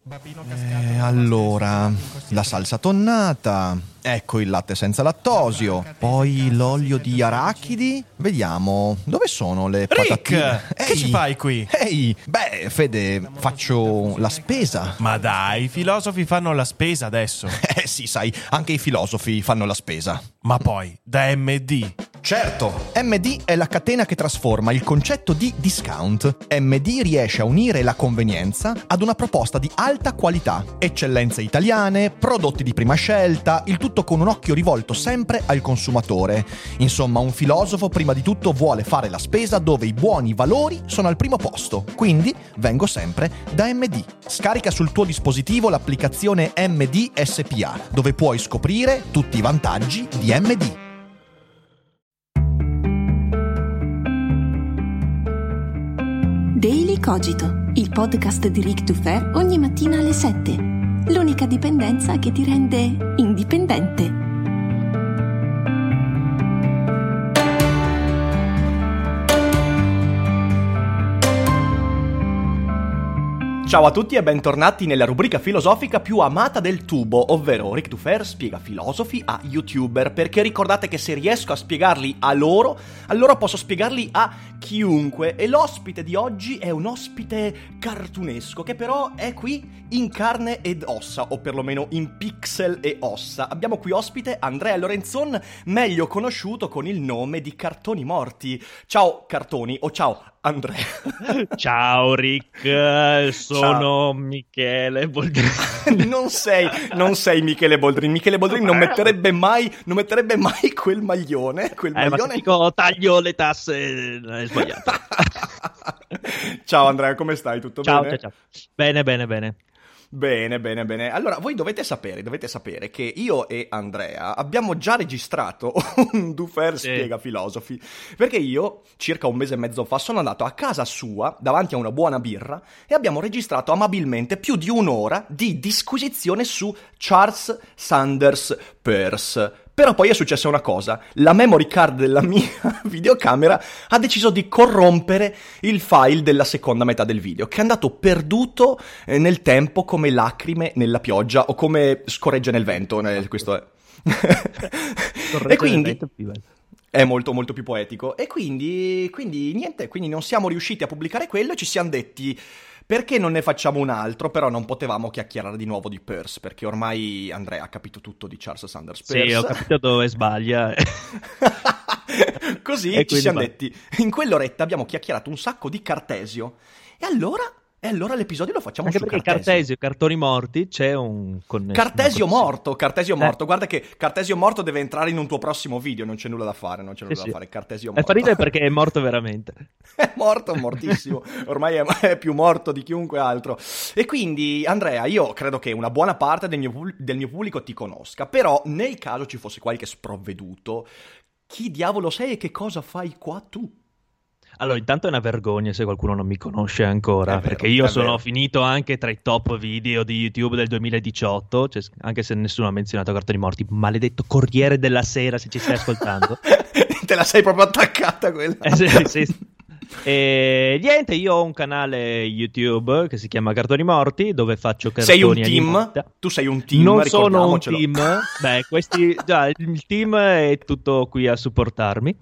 Allora, la salsa tonnata, ecco il latte senza lattosio, poi l'olio di arachidi. Vediamo, dove sono le patatine? Che ci fai qui? Ehi, beh, Fede, faccio la spesa. Ma dai, i filosofi fanno la spesa adesso. Sì, sai, anche i filosofi fanno la spesa. Ma poi, da MD. Certo, MD è la catena che trasforma il concetto di discount. MD riesce a unire la convenienza ad una proposta di alta qualità, eccellenze italiane, prodotti di prima scelta, il tutto con un occhio rivolto sempre al consumatore. Insomma, un filosofo prima di tutto vuole fare la spesa dove i buoni valori sono al primo posto. Quindi vengo sempre da MD. Scarica sul tuo dispositivo l'applicazione MD SPA, dove puoi scoprire tutti i vantaggi di MD. Daily Cogito, il podcast di Ric Dufer ogni mattina alle 7. L'unica dipendenza che ti rende indipendente. Ciao a tutti e bentornati nella rubrica filosofica più amata del tubo, ovvero Ric Dufer spiega filosofi a YouTuber, perché ricordate che se riesco a spiegarli a loro, allora posso spiegarli a chiunque, e l'ospite di oggi è un ospite cartunesco che però è qui in carne ed ossa, o perlomeno in pixel e ossa. Abbiamo qui ospite Andrea Lorenzon, meglio conosciuto con il nome di Cartoni Morti. Ciao Cartoni, o ciao Andrea. Ciao Rick, sono Ciao. Michele Boldrini. Non sei Michele Boldrini. Michele Boldrini non metterebbe mai quel maglione. Ma se dico taglio le tasse, è sbagliato. Ciao Andrea, come stai? Tutto bene? Ciao. Bene. Bene. Allora, voi dovete sapere che io e Andrea abbiamo già registrato un Dufer Spiega Filosofi, perché io, circa un mese e mezzo fa, sono andato a casa sua, davanti a una buona birra, e abbiamo registrato amabilmente più di un'ora di disquisizione su Charles Sanders Peirce. Però poi è successa una cosa: la memory card della mia videocamera ha deciso di corrompere il file della seconda metà del video, che è andato perduto nel tempo come lacrime nella pioggia o come scoregge nel vento. Questo è. E quindi è molto molto più poetico. E quindi niente, quindi non siamo riusciti a pubblicare quello e ci siamo detti: perché non ne facciamo un altro? Però non potevamo chiacchierare di nuovo di Peirce, perché ormai Andrea ha capito tutto di Charles Sanders Peirce. Sì, ho capito dove sbaglia. Così ci siamo detti, in quell'oretta abbiamo chiacchierato un sacco di Cartesio. E allora l'episodio lo facciamo anche su perché Cartesio. Cartoni Morti c'è un connesso. Cartesio morto. Guarda che Cartesio morto deve entrare in un tuo prossimo video, non c'è nulla da fare, Cartesio morto. Fa ridere perché è morto veramente. È mortissimo. Ormai è più morto di chiunque altro. E quindi, Andrea, io credo che una buona parte del mio pubblico ti conosca, però nel caso ci fosse qualche sprovveduto, chi diavolo sei e che cosa fai qua tu? Allora, intanto è una vergogna se qualcuno non mi conosce ancora, È vero, perché io è sono vero. finito anche tra i top video di YouTube del 2018, cioè, anche se nessuno ha menzionato Cartoni Morti. Maledetto Corriere della Sera, se ci stai ascoltando. Te la sei proprio attaccata quella. Sì. E niente, io ho un canale YouTube che si chiama Cartoni Morti, dove faccio cartoni Sei un team? animati. Tu sei un team, Non sono un ricordiamocelo. team. Beh, il team è tutto qui a supportarmi.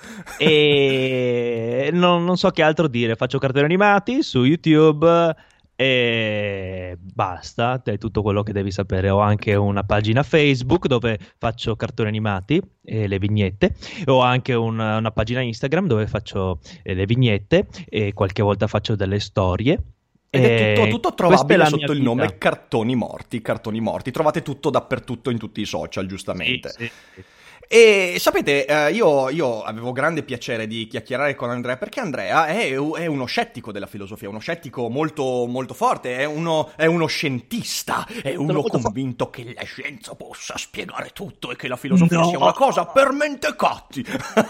E non so che altro dire. Faccio cartoni animati su YouTube e basta, è tutto quello che devi sapere. Ho anche una pagina Facebook dove faccio cartoni animati e le vignette. Ho anche una pagina Instagram dove faccio le vignette e qualche volta faccio delle storie. Ed è tutto questa è trovabile la sotto mia il vita. nome Cartoni Morti. Trovate tutto dappertutto in tutti i social, giustamente. Sì. E sapete, io avevo grande piacere di chiacchierare con Andrea, perché Andrea è uno scettico della filosofia, uno scettico molto, molto forte, è uno scientista, è uno convinto che la scienza possa spiegare tutto e che la filosofia sia una cosa per mentecatti.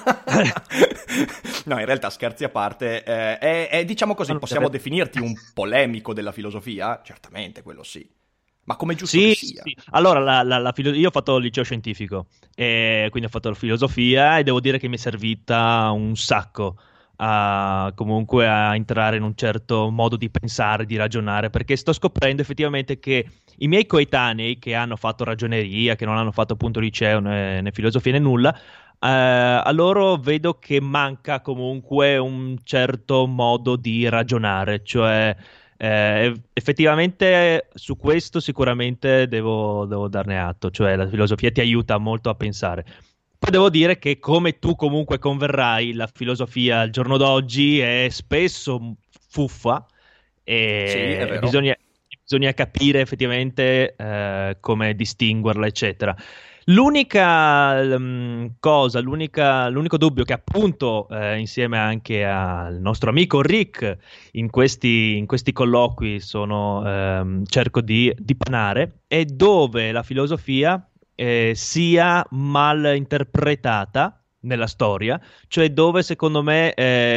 No, in realtà, scherzi a parte, diciamo così, possiamo definirti un polemico della filosofia? Certamente, quello sì. Ma come giusto che sia. Sì. Allora, io ho fatto il liceo scientifico, e quindi ho fatto filosofia e devo dire che mi è servita un sacco. comunque a entrare in un certo modo di pensare, di ragionare, perché sto scoprendo effettivamente che i miei coetanei che hanno fatto ragioneria, che non hanno fatto appunto liceo né filosofia né nulla, a loro vedo che manca comunque un certo modo di ragionare, cioè effettivamente su questo sicuramente devo darne atto, cioè la filosofia ti aiuta molto a pensare. Poi devo dire che, come tu comunque converrai, la filosofia al giorno d'oggi è spesso fuffa Sì, è e vero. bisogna capire effettivamente come distinguerla, eccetera. L'unica l'unico dubbio che appunto insieme anche al nostro amico Rick in questi colloqui cerco di dipanare è dove la filosofia sia mal interpretata nella storia, cioè dove secondo me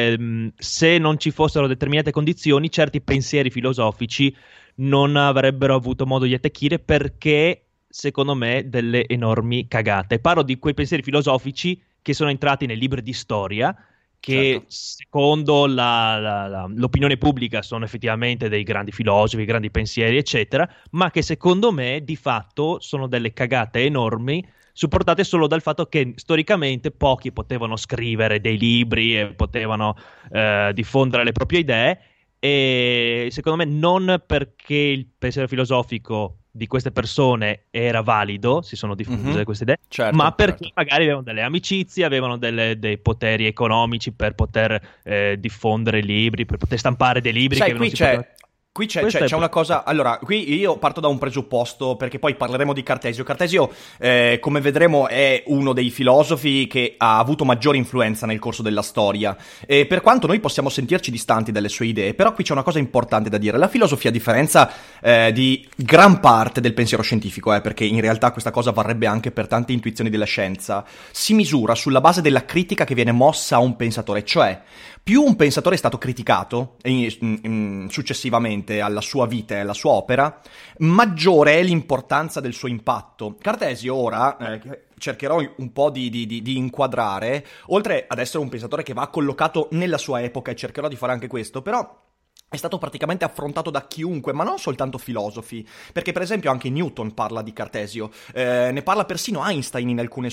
se non ci fossero determinate condizioni, certi pensieri filosofici non avrebbero avuto modo di attecchire perché secondo me delle enormi cagate. Parlo di quei pensieri filosofici che sono entrati nei libri di storia che Certo. secondo l'opinione pubblica sono effettivamente dei grandi filosofi, grandi pensieri, eccetera, ma che secondo me di fatto sono delle cagate enormi, supportate solo dal fatto che storicamente pochi potevano scrivere dei libri e potevano diffondere le proprie idee, e secondo me non perché il pensiero filosofico di queste persone era valido, si sono diffuse queste idee, Certo, ma perché certo. magari avevano delle amicizie, avevano dei poteri economici per poter diffondere libri, per poter stampare dei libri Sai, che non si potevano... qui c'è, Questo c'è- è c'è una cosa. Allora, qui io parto da un presupposto, perché poi parleremo di Cartesio. Cartesio, come vedremo, è uno dei filosofi che ha avuto maggiore influenza nel corso della storia. E per quanto noi possiamo sentirci distanti dalle sue idee, però qui c'è una cosa importante da dire. La filosofia, a differenza di gran parte del pensiero scientifico, perché in realtà questa cosa varrebbe anche per tante intuizioni della scienza, si misura sulla base della critica che viene mossa a un pensatore, cioè più un pensatore è stato criticato successivamente alla sua vita e alla sua opera, maggiore è l'importanza del suo impatto. Cartesio ora, cercherò un po' di inquadrare, oltre ad essere un pensatore che va collocato nella sua epoca, e cercherò di fare anche questo, però è stato praticamente affrontato da chiunque, ma non soltanto filosofi, perché per esempio anche Newton parla di Cartesio, ne parla persino Einstein in alcuni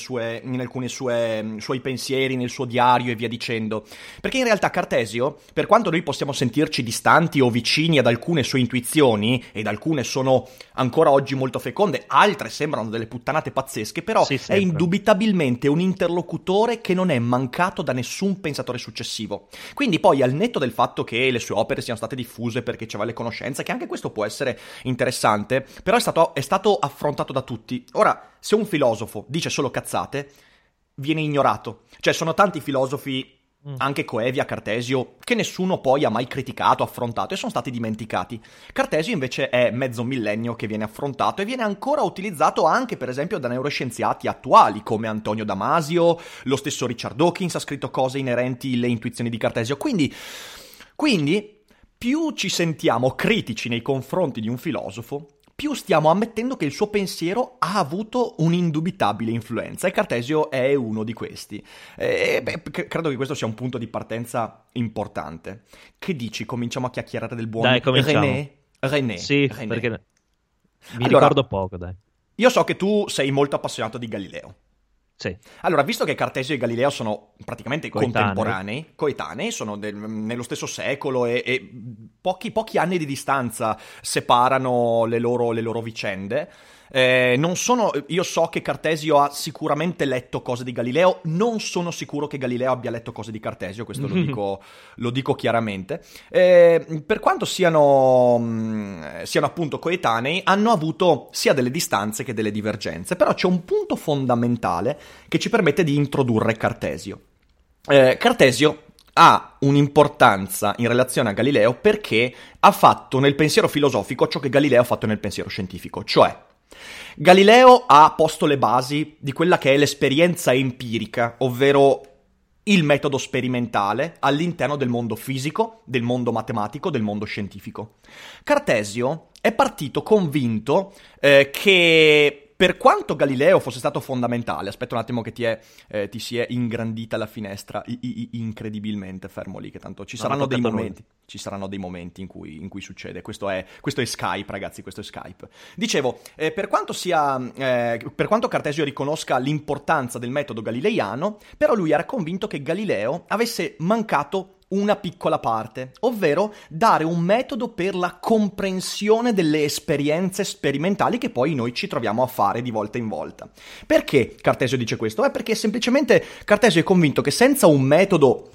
suoi pensieri, nel suo diario e via dicendo, perché in realtà Cartesio, per quanto noi possiamo sentirci distanti o vicini ad alcune sue intuizioni, ed alcune sono ancora oggi molto feconde, altre sembrano delle puttanate pazzesche, però Sì, è sempre. indubitabilmente un interlocutore che non è mancato da nessun pensatore successivo. Quindi poi, al netto del fatto che le sue opere siano state diffuse perché c'aveva le conoscenze, che anche questo può essere interessante, però è stato affrontato da tutti. Ora, se un filosofo dice solo cazzate, viene ignorato. Cioè, sono tanti filosofi, anche coevi a Cartesio, che nessuno poi ha mai criticato, affrontato, e sono stati dimenticati. Cartesio invece è mezzo millennio che viene affrontato e viene ancora utilizzato anche, per esempio, da neuroscienziati attuali come Antonio Damasio, lo stesso Richard Dawkins ha scritto cose inerenti alle intuizioni di Cartesio. Quindi più ci sentiamo critici nei confronti di un filosofo, più stiamo ammettendo che il suo pensiero ha avuto un'indubitabile influenza, e Cartesio è uno di questi. Credo che questo sia un punto di partenza importante. Che dici? Cominciamo a chiacchierare del buon Dai, cominciamo. René. Sì, René. perché mi Allora, ricordo poco, dai. io so che tu sei molto appassionato di Galileo. Sì. Allora, visto che Cartesio e Galileo sono praticamente Coetanei. coetanei, sono nello stesso secolo e pochi anni di distanza separano le loro vicende, io so che Cartesio ha sicuramente letto cose di Galileo, non sono sicuro che Galileo abbia letto cose di Cartesio, questo lo dico chiaramente. Per quanto siano appunto coetanei, hanno avuto sia delle distanze che delle divergenze, però c'è un punto fondamentale che ci permette di introdurre Cartesio. Cartesio ha un'importanza in relazione a Galileo perché ha fatto nel pensiero filosofico ciò che Galileo ha fatto nel pensiero scientifico, cioè Galileo ha posto le basi di quella che è l'esperienza empirica, ovvero il metodo sperimentale all'interno del mondo fisico, del mondo matematico, del mondo scientifico. Cartesio è partito convinto che per quanto Galileo fosse stato fondamentale, aspetta un attimo che ti si è ingrandita la finestra incredibilmente, fermo lì che tanto ci saranno dei momenti in cui succede, questo è Skype ragazzi, questo è Skype. Dicevo, per quanto Cartesio riconosca l'importanza del metodo galileiano, però lui era convinto che Galileo avesse mancato una piccola parte, ovvero dare un metodo per la comprensione delle esperienze sperimentali che poi noi ci troviamo a fare di volta in volta. Perché Cartesio dice questo? Perché semplicemente Cartesio è convinto che senza un metodo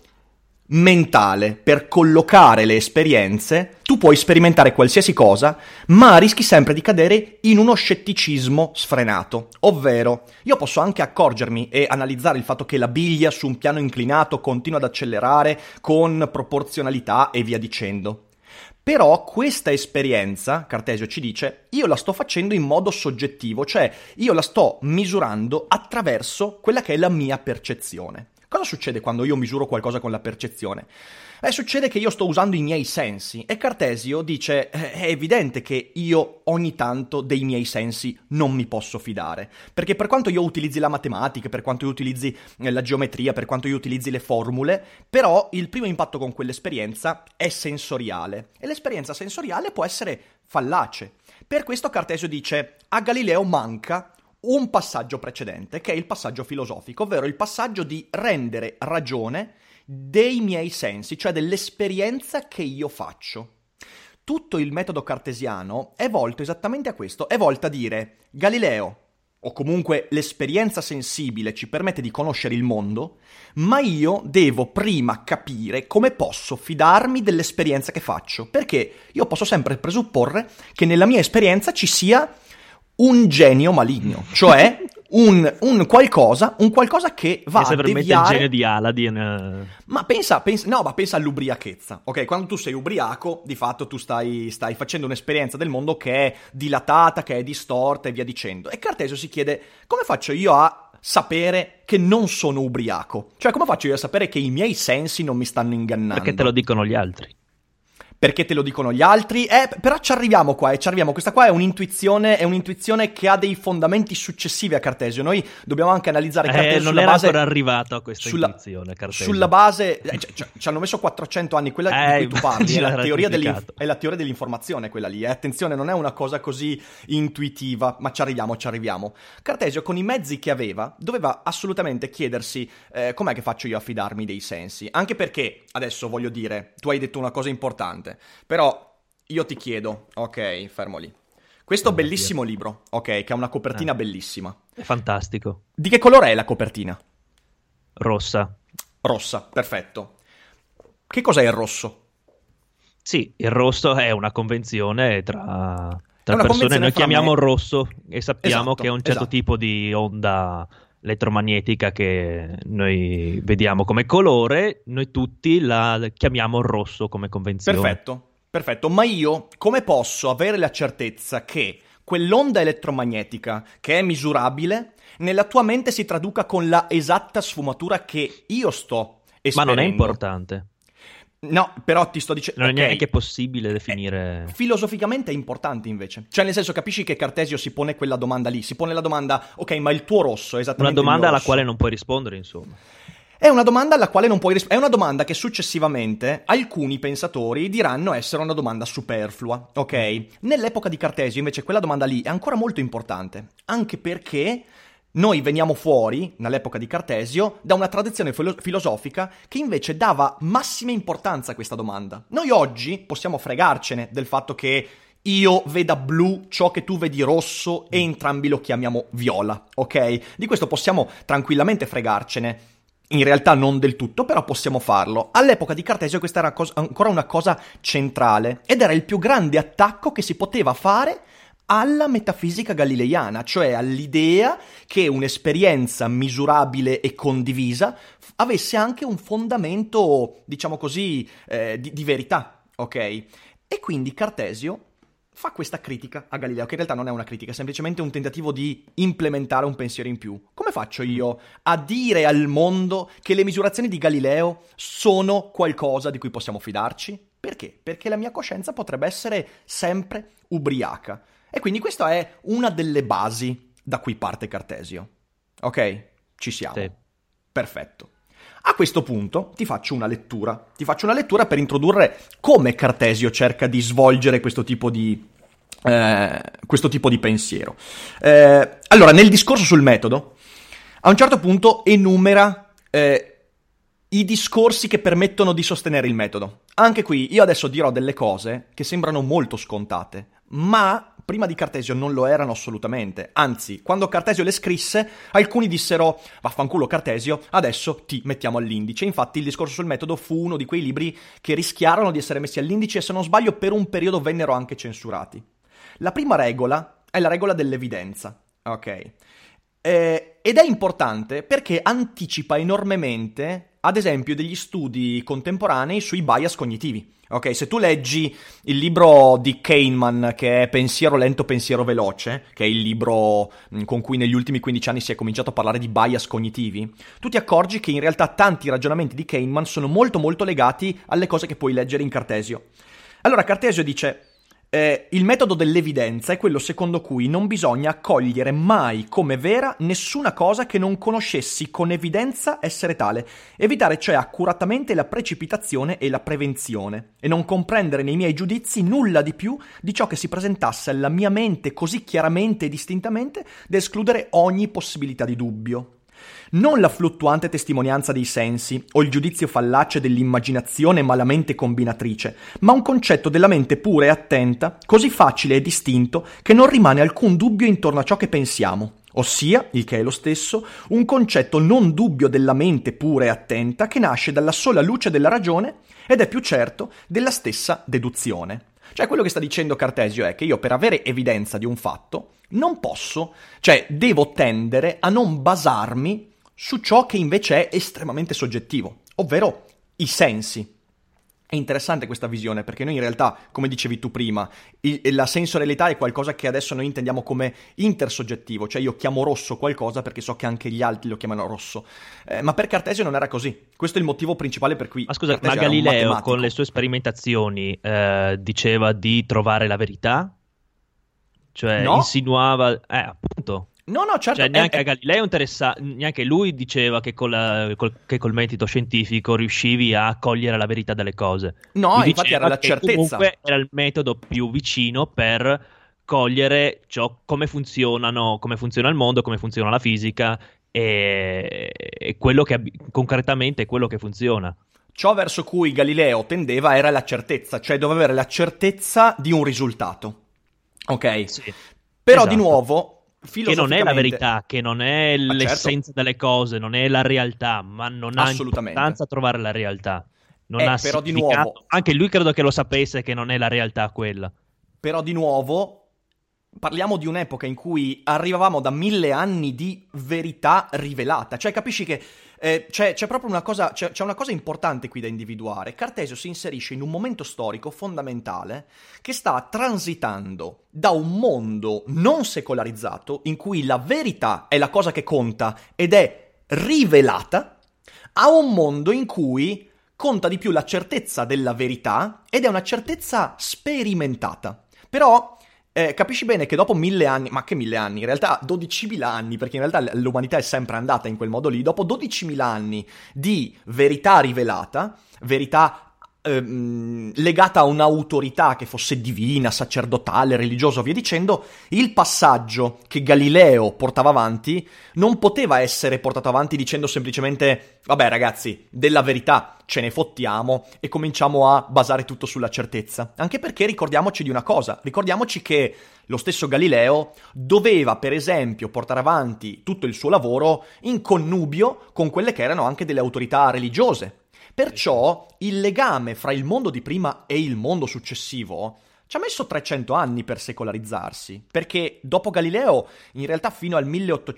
mentale per collocare le esperienze, tu puoi sperimentare qualsiasi cosa, ma rischi sempre di cadere in uno scetticismo sfrenato. Ovvero, io posso anche accorgermi e analizzare il fatto che la biglia su un piano inclinato continua ad accelerare con proporzionalità e via dicendo. Però questa esperienza, Cartesio ci dice, io la sto facendo in modo soggettivo, cioè io la sto misurando attraverso quella che è la mia percezione. Cosa succede quando io misuro qualcosa con la percezione? Succede che io sto usando i miei sensi e Cartesio dice è evidente che io ogni tanto dei miei sensi non mi posso fidare, perché per quanto io utilizzi la matematica, per quanto io utilizzi la geometria, per quanto io utilizzi le formule, però il primo impatto con quell'esperienza è sensoriale e l'esperienza sensoriale può essere fallace. Per questo Cartesio dice a Galileo manca un passaggio precedente, che è il passaggio filosofico, ovvero il passaggio di rendere ragione dei miei sensi, cioè dell'esperienza che io faccio. Tutto il metodo cartesiano è volto esattamente a questo, è volto a dire Galileo, o comunque l'esperienza sensibile ci permette di conoscere il mondo, ma io devo prima capire come posso fidarmi dell'esperienza che faccio, perché io posso sempre presupporre che nella mia esperienza ci sia un genio maligno, cioè un qualcosa che va a deviare... il genio di Aladdin. Ma pensa all'ubriachezza, ok? Quando tu sei ubriaco, di fatto tu stai facendo un'esperienza del mondo che è dilatata, che è distorta e via dicendo. E Cartesio si chiede, come faccio io a sapere che non sono ubriaco? Cioè, come faccio io a sapere che i miei sensi non mi stanno ingannando? Perché te lo dicono gli altri. Perché te lo dicono gli altri? Però ci arriviamo qua. Questa qua è un'intuizione che ha dei fondamenti successivi a Cartesio. Noi dobbiamo anche analizzare Cartesio non sulla era base... ancora arrivato a questa intuizione, Cartesio. Sulla base... ci hanno messo 400 anni. Quella di cui tu parli è la teoria dell'informazione, quella lì. Attenzione, non è una cosa così intuitiva, ma ci arriviamo. Cartesio, con i mezzi che aveva, doveva assolutamente chiedersi com'è che faccio io a fidarmi dei sensi. Anche perché, adesso voglio dire, tu hai detto una cosa importante. Però io ti chiedo, ok, fermo lì. Questo bellissimo libro, ok, che ha una copertina bellissima. È fantastico. Di che colore è la copertina? Rossa. Rossa, perfetto. Che cos'è il rosso? Sì, il rosso è una convenzione tra persone. Convenzione Noi chiamiamo me... rosso e sappiamo che è un certo esatto. tipo di onda elettromagnetica che noi vediamo come colore, noi tutti la chiamiamo rosso come convenzione. Perfetto, ma io come posso avere la certezza che quell'onda elettromagnetica che è misurabile nella tua mente si traduca con la esatta sfumatura che io sto esperendo? Ma non è importante. No, però ti sto dicendo... Non è neanche possibile definire... Filosoficamente è importante invece. Cioè nel senso, capisci che Cartesio si pone quella domanda lì, si pone la domanda, ok, ma il tuo rosso è esattamente una domanda il mio alla quale non puoi rispondere, insomma. È una domanda alla quale non puoi rispondere. È una domanda che successivamente alcuni pensatori diranno essere una domanda superflua, ok? Nell'epoca di Cartesio invece quella domanda lì è ancora molto importante, anche perché... Noi veniamo fuori, nell'epoca di Cartesio, da una tradizione filosofica che invece dava massima importanza a questa domanda. Noi oggi possiamo fregarcene del fatto che io veda blu ciò che tu vedi rosso e entrambi lo chiamiamo viola, ok? Di questo possiamo tranquillamente fregarcene. In realtà non del tutto, però possiamo farlo. All'epoca di Cartesio questa era ancora una cosa centrale ed era il più grande attacco che si poteva fare alla metafisica galileiana, cioè all'idea che un'esperienza misurabile e condivisa avesse anche un fondamento, diciamo così, di verità, ok? E quindi Cartesio fa questa critica a Galileo, che in realtà non è una critica, è semplicemente un tentativo di implementare un pensiero in più. Come faccio io a dire al mondo che le misurazioni di Galileo sono qualcosa di cui possiamo fidarci? Perché? Perché la mia coscienza potrebbe essere sempre ubriaca. E quindi questa è una delle basi da cui parte Cartesio. Ok? Ci siamo. Sì. Perfetto. A questo punto ti faccio una lettura. Ti faccio una lettura per introdurre come Cartesio cerca di svolgere questo tipo di pensiero. Allora, nel discorso sul metodo, a un certo punto enumera i discorsi che permettono di sostenere il metodo. Anche qui, io adesso dirò delle cose che sembrano molto scontate, ma prima di Cartesio non lo erano assolutamente. Anzi, quando Cartesio le scrisse, alcuni dissero vaffanculo Cartesio, adesso ti mettiamo all'indice. Infatti il discorso sul metodo fu uno di quei libri che rischiarono di essere messi all'indice e, se non sbaglio, per un periodo vennero anche censurati. La prima regola è la regola dell'evidenza, ok? Ed è importante perché anticipa enormemente, ad esempio, degli studi contemporanei sui bias cognitivi. Ok, se tu leggi il libro di Kahneman, che è Pensiero lento, pensiero veloce, che è il libro con cui negli ultimi 15 anni si è cominciato a parlare di bias cognitivi, tu ti accorgi che in realtà tanti ragionamenti di Kahneman sono molto molto legati alle cose che puoi leggere in Cartesio. Allora Cartesio dice: il metodo dell'evidenza è quello secondo cui non bisogna accogliere mai come vera nessuna cosa che non conoscessi con evidenza essere tale, evitare cioè accuratamente la precipitazione e la prevenzione, e non comprendere nei miei giudizi nulla di più di ciò che si presentasse alla mia mente così chiaramente e distintamente da escludere ogni possibilità di dubbio. Non la fluttuante testimonianza dei sensi o il giudizio fallace dell'immaginazione malamente combinatrice, ma un concetto della mente pura e attenta, così facile e distinto che non rimane alcun dubbio intorno a ciò che pensiamo, ossia, il che è lo stesso, un concetto non dubbio della mente pura e attenta che nasce dalla sola luce della ragione ed è più certo della stessa deduzione. Cioè quello che sta dicendo Cartesio è che io, per avere evidenza di un fatto, non posso, cioè devo tendere a non basarmi su ciò che invece è estremamente soggettivo, ovvero i sensi. È interessante questa visione, perché noi in realtà, come dicevi tu prima, la sensorialità è qualcosa che adesso noi intendiamo come intersoggettivo, cioè io chiamo rosso qualcosa perché so che anche gli altri lo chiamano rosso, ma per Cartesio non era così. Questo è il motivo principale per cui... Ma scusa, Cartesio ma Galileo era un matematico. con le sue sperimentazioni diceva di trovare la verità? Cioè No. insinuava... appunto... No, certo. Cioè, neanche a Galileo neanche lui diceva che col metodo scientifico riuscivi a cogliere la verità delle cose. No, Lui infatti diceva era la che certezza. comunque era il metodo più vicino per cogliere come funziona il mondo, come funziona la fisica e quello che concretamente è quello che funziona. Ciò verso cui Galileo tendeva era la certezza, cioè doveva avere la certezza di un risultato. Ok? Sì. Però Esatto. di nuovo... Che non è la verità, che non è Ma l'essenza delle cose, non è la realtà, ma non ha importanza trovare la realtà. Non ha però di significato. nuovo... Anche lui credo che lo sapesse che non è la realtà quella. Però di nuovo parliamo di un'epoca in cui arrivavamo da 1000 anni di verità rivelata. Cioè capisci che c'è proprio una cosa, c'è una cosa importante qui da individuare. Cartesio si inserisce in un momento storico fondamentale che sta transitando da un mondo non secolarizzato, in cui la verità è la cosa che conta ed è rivelata, a un mondo in cui conta di più la certezza della verità ed è una certezza sperimentata. Però capisci bene che dopo 1000 anni, ma che 1000 anni? In realtà 12.000 anni, perché in realtà l'umanità è sempre andata in quel modo lì. Dopo 12.000 anni di verità rivelata, verità legata a un'autorità che fosse divina, sacerdotale, religiosa, via dicendo, il passaggio che Galileo portava avanti non poteva essere portato avanti dicendo semplicemente vabbè ragazzi, della verità ce ne fottiamo e cominciamo a basare tutto sulla certezza. Anche perché ricordiamoci di una cosa, ricordiamoci che lo stesso Galileo doveva, per esempio, portare avanti tutto il suo lavoro in connubio con quelle che erano anche delle autorità religiose. Perciò il legame fra il mondo di prima e il mondo successivo ci ha messo 300 anni per secolarizzarsi, perché dopo Galileo, in realtà fino al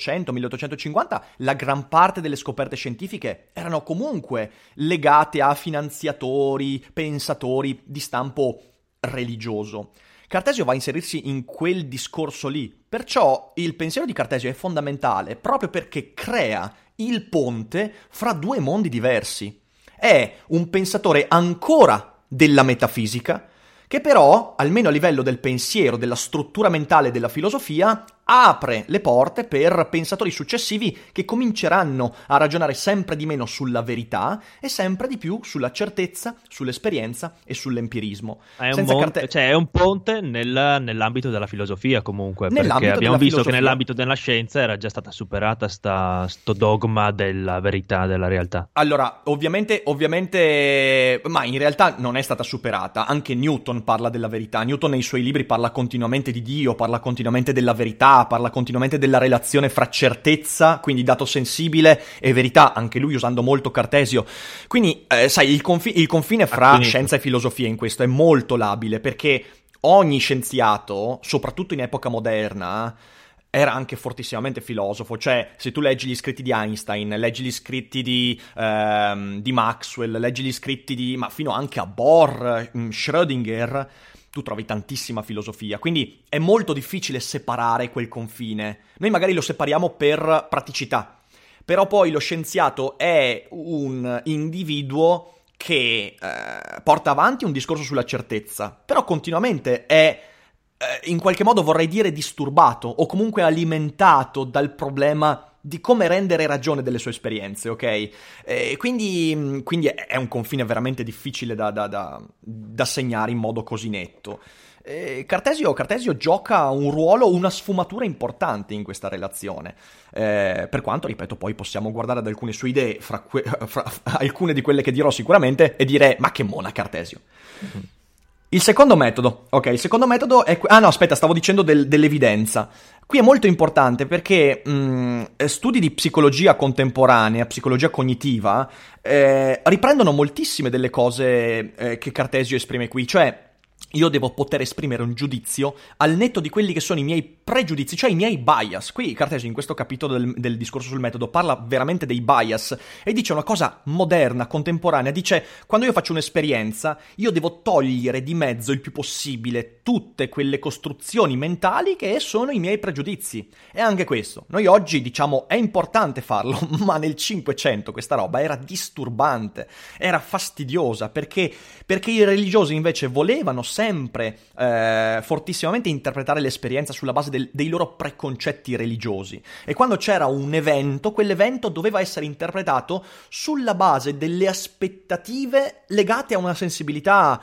1800-1850, la gran parte delle scoperte scientifiche erano comunque legate a finanziatori, pensatori di stampo religioso. Cartesio va a inserirsi in quel discorso lì, perciò il pensiero di Cartesio è fondamentale proprio perché crea il ponte fra due mondi diversi. È un pensatore ancora della metafisica, che però, almeno a livello del pensiero, della struttura mentale e della filosofia, apre le porte per pensatori successivi che cominceranno a ragionare sempre di meno sulla verità e sempre di più sulla certezza, sull'esperienza e sull'empirismo. È un ponte nell'ambito della filosofia comunque, Nell'ambito perché abbiamo della visto filosofia. che nell'ambito della scienza era già stata superata sto dogma della verità, della realtà. Allora, ovviamente, ma in realtà non è stata superata. Anche Newton parla della verità. Newton nei suoi libri parla continuamente di Dio, parla continuamente della verità, parla continuamente della relazione fra certezza, quindi dato sensibile, e verità, anche lui usando molto Cartesio. Quindi, sai, il confine fra scienza e filosofia in questo è molto labile, perché ogni scienziato, soprattutto in epoca moderna, era anche fortissimamente filosofo. Cioè, se tu leggi gli scritti di Einstein, leggi gli scritti di Maxwell, leggi gli scritti ma fino anche a Bohr, Schrödinger, tu trovi tantissima filosofia. Quindi è molto difficile separare quel confine. Noi magari lo separiamo per praticità, però poi lo scienziato è un individuo che porta avanti un discorso sulla certezza, però continuamente è in qualche modo, vorrei dire, disturbato o comunque alimentato dal problema di come rendere ragione delle sue esperienze, ok? Quindi è un confine veramente difficile da segnare in modo così netto. Cartesio gioca un ruolo, una sfumatura importante in questa relazione, per quanto, ripeto, poi possiamo guardare ad alcune sue idee, fra alcune di quelle che dirò sicuramente, e dire, ma che mona Cartesio. Il secondo metodo è... stavo dicendo dell'evidenza. Qui è molto importante perché studi di psicologia contemporanea, psicologia cognitiva, riprendono moltissime delle cose che Cartesio esprime qui, cioè io devo poter esprimere un giudizio al netto di quelli che sono i miei pregiudizi, cioè i miei bias. Qui Cartesio in questo capitolo del discorso sul metodo parla veramente dei bias e dice una cosa moderna, contemporanea. Dice, quando io faccio un'esperienza, io devo togliere di mezzo il più possibile tutte quelle costruzioni mentali che sono i miei pregiudizi. E anche questo, noi oggi diciamo è importante farlo, ma nel 500 questa roba era disturbante, era fastidiosa, perché i religiosi invece volevano sempre fortissimamente interpretare l'esperienza sulla base dei loro preconcetti religiosi, e quando c'era un evento, quell'evento doveva essere interpretato sulla base delle aspettative legate a una sensibilità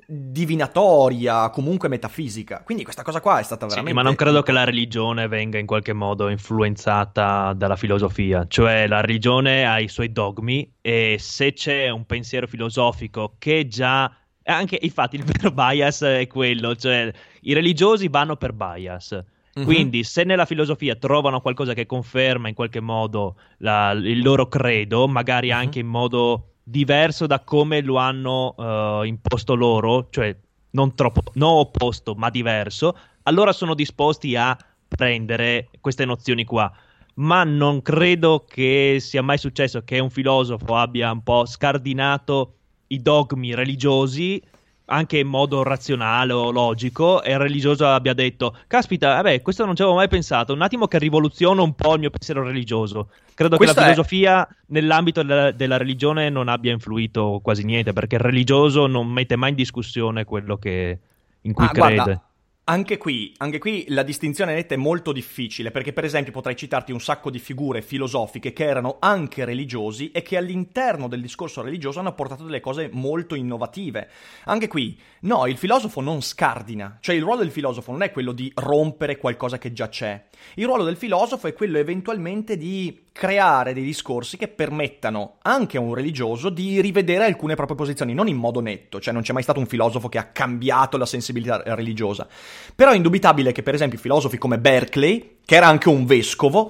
divinatoria, comunque metafisica. Quindi questa cosa qua è stata veramente... Sì, ma non credo che la religione venga in qualche modo influenzata dalla filosofia. Cioè la religione ha i suoi dogmi, e se c'è un pensiero filosofico che già... Anche, infatti, il vero bias è quello, cioè i religiosi vanno per bias. Quindi se nella filosofia trovano qualcosa che conferma in qualche modo il loro credo, magari anche in modo diverso da come lo hanno imposto loro, cioè non opposto ma diverso, allora sono disposti a prendere queste nozioni qua. Ma non credo che sia mai successo che un filosofo abbia un po' scardinato i dogmi religiosi anche in modo razionale o logico, e il religioso abbia detto, caspita, vabbè, questo non ci avevo mai pensato, un attimo che rivoluziono un po' il mio pensiero religioso. Credo che la filosofia nell'ambito della religione non abbia influito quasi niente, perché il religioso non mette mai in discussione quello in cui crede. Guarda, anche qui la distinzione netta è molto difficile, perché per esempio potrei citarti un sacco di figure filosofiche che erano anche religiosi e che all'interno del discorso religioso hanno portato delle cose molto innovative. Anche qui, no, il filosofo non scardina, cioè il ruolo del filosofo non è quello di rompere qualcosa che già c'è. Il ruolo del filosofo è quello eventualmente di creare dei discorsi che permettano anche a un religioso di rivedere alcune proprie posizioni, non in modo netto, cioè non c'è mai stato un filosofo che ha cambiato la sensibilità religiosa. Però è indubitabile che per esempio filosofi come Berkeley, che era anche un vescovo,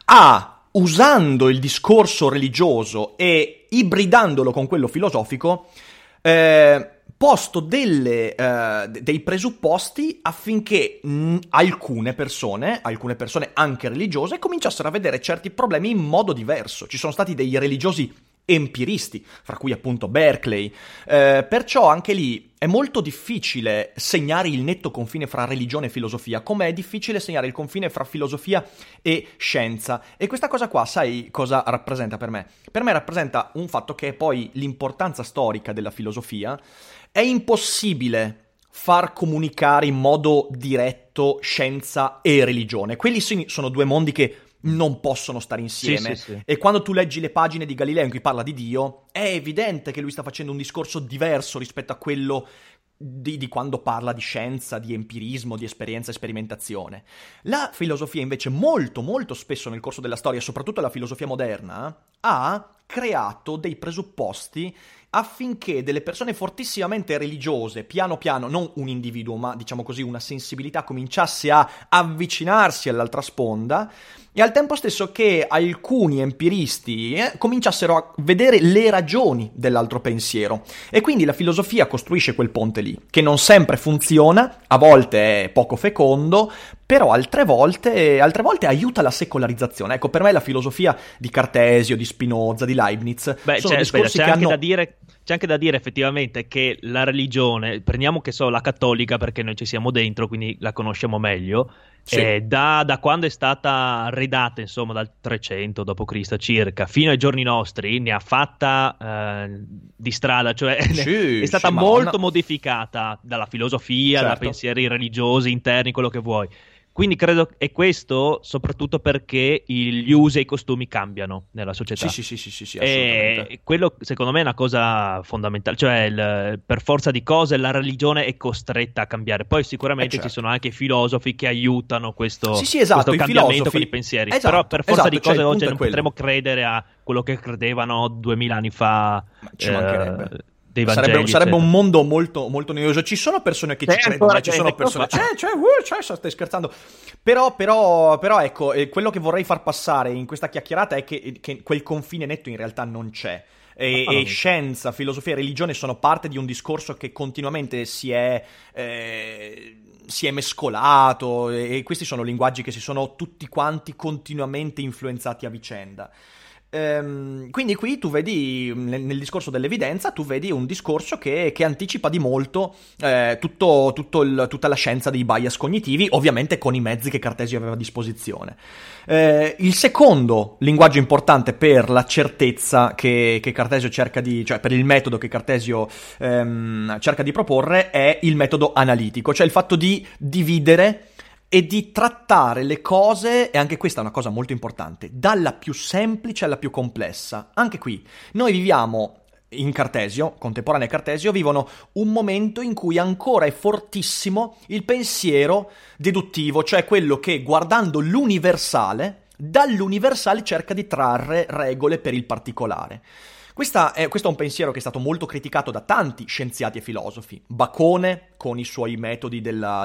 usando il discorso religioso e ibridandolo con quello filosofico, posto dei presupposti affinché alcune persone anche religiose, cominciassero a vedere certi problemi in modo diverso. Ci sono stati dei religiosi empiristi, fra cui appunto Berkeley, perciò anche lì è molto difficile segnare il netto confine fra religione e filosofia, come è difficile segnare il confine fra filosofia e scienza. E questa cosa qua, sai cosa rappresenta per me? Per me rappresenta un fatto che è poi l'importanza storica della filosofia. È impossibile far comunicare in modo diretto scienza e religione. Quelli sì, sono due mondi che non possono stare insieme. Sì. E quando tu leggi le pagine di Galileo in cui parla di Dio, è evidente che lui sta facendo un discorso diverso rispetto a quello di quando parla di scienza, di empirismo, di esperienza e sperimentazione. La filosofia invece molto molto spesso nel corso della storia, soprattutto la filosofia moderna, ha creato dei presupposti affinché delle persone fortissimamente religiose, piano piano, non un individuo, ma diciamo così una sensibilità, cominciasse a avvicinarsi all'altra sponda, e al tempo stesso che alcuni empiristi cominciassero a vedere le ragioni dell'altro pensiero. E quindi la filosofia costruisce quel ponte lì, che non sempre funziona, a volte è poco fecondo, però altre volte aiuta la secolarizzazione. Ecco, per me la filosofia di Cartesio, di Spinoza, di Leibniz sono discorsi che hanno... C'è anche da dire effettivamente che la religione, prendiamo che so la cattolica perché noi ci siamo dentro, quindi la conosciamo meglio, Sì. da quando è stata redata, insomma, dal 300 d.C. circa, fino ai giorni nostri, ne ha fatta di strada, cioè Sì, è stata sì, molto modificata dalla filosofia, da Certo. pensieri religiosi, interni, quello che vuoi. Quindi credo è questo soprattutto perché gli usi e i costumi cambiano nella società. Sì, assolutamente. E quello secondo me è una cosa fondamentale, cioè per forza di cose la religione è costretta a cambiare. Poi sicuramente certo. ci sono anche filosofi che aiutano questo, Sì, esatto, questo i cambiamento filosofi. con i pensieri. Esatto, Però per forza esatto, di cioè, cose il punto oggi è non quello. potremo credere a quello che credevano 2000 anni fa. Ma ci mancherebbe. Dei Vangeli, Sarebbe eccetera. un mondo molto, molto noioso. Ci sono persone che C'è ci credono, ancora ci sono gente che lo persone... stai scherzando. Però ecco, quello che vorrei far passare in questa chiacchierata è che quel confine netto in realtà non c'è. E scienza, filosofia e religione sono parte di un discorso che continuamente si è mescolato, e questi sono linguaggi che si sono tutti quanti continuamente influenzati a vicenda. Quindi qui tu vedi, nel discorso dell'evidenza, tu vedi un discorso che anticipa di molto tutta la scienza dei bias cognitivi, ovviamente con i mezzi che Cartesio aveva a disposizione. Il secondo linguaggio importante per la certezza che Cartesio cerca cioè per il metodo che Cartesio cerca di proporre, è il metodo analitico, cioè il fatto di dividere e di trattare le cose, e anche questa è una cosa molto importante, dalla più semplice alla più complessa. Anche qui, noi viviamo in Cartesio, contemporanei a Cartesio, vivono un momento in cui ancora è fortissimo il pensiero deduttivo, cioè quello che, guardando l'universale, dall'universale cerca di trarre regole per il particolare. Questo è un pensiero che è stato molto criticato da tanti scienziati e filosofi. Bacone, con i suoi metodi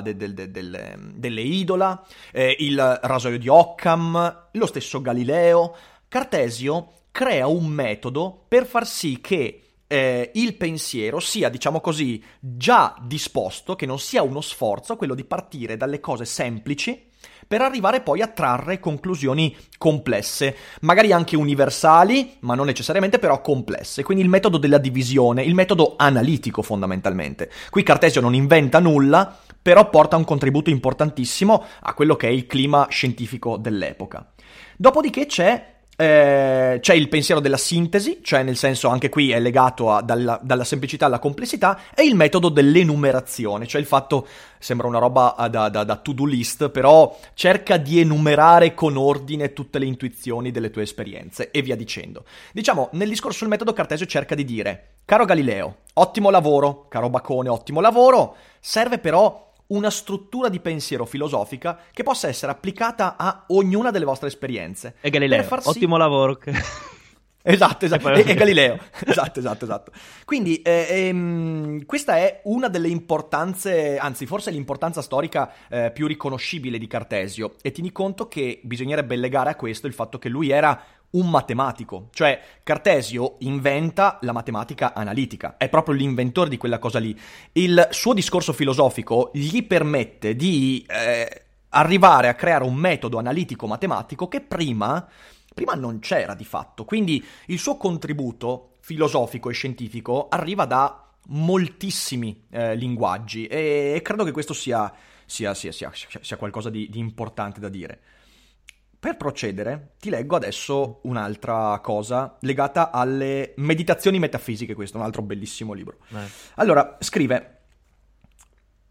delle idola, il rasoio di Occam, lo stesso Galileo. Cartesio crea un metodo per far sì che il pensiero sia, diciamo così, già disposto, che non sia uno sforzo quello di partire dalle cose semplici per arrivare poi a trarre conclusioni complesse, magari anche universali, ma non necessariamente, però complesse. Quindi il metodo della divisione, il metodo analitico fondamentalmente. Qui Cartesio non inventa nulla, però porta un contributo importantissimo a quello che è il clima scientifico dell'epoca. Dopodiché c'è il pensiero della sintesi, cioè nel senso anche qui è legato dalla semplicità alla complessità, e il metodo dell'enumerazione, cioè il fatto, sembra una roba da to-do list, però cerca di enumerare con ordine tutte le intuizioni delle tue esperienze e via dicendo. Diciamo, nel discorso sul metodo Cartesio cerca di dire: caro Galileo, ottimo lavoro, caro Bacone, ottimo lavoro, serve però una struttura di pensiero filosofica che possa essere applicata a ognuna delle vostre esperienze. E Galileo, per far sì... ottimo lavoro. Esatto, e Galileo, esatto. Quindi questa è una delle importanze, anzi forse l'importanza storica più riconoscibile di Cartesio, e tieni conto che bisognerebbe legare a questo il fatto che lui era un matematico, cioè Cartesio inventa la matematica analitica, è proprio l'inventore di quella cosa lì. Il suo discorso filosofico gli permette di arrivare a creare un metodo analitico matematico che prima non c'era di fatto, quindi il suo contributo filosofico e scientifico arriva da moltissimi linguaggi, e credo che questo sia qualcosa di importante da dire. Per procedere, ti leggo adesso un'altra cosa legata alle meditazioni metafisiche, questo è un altro bellissimo libro. Allora, scrive: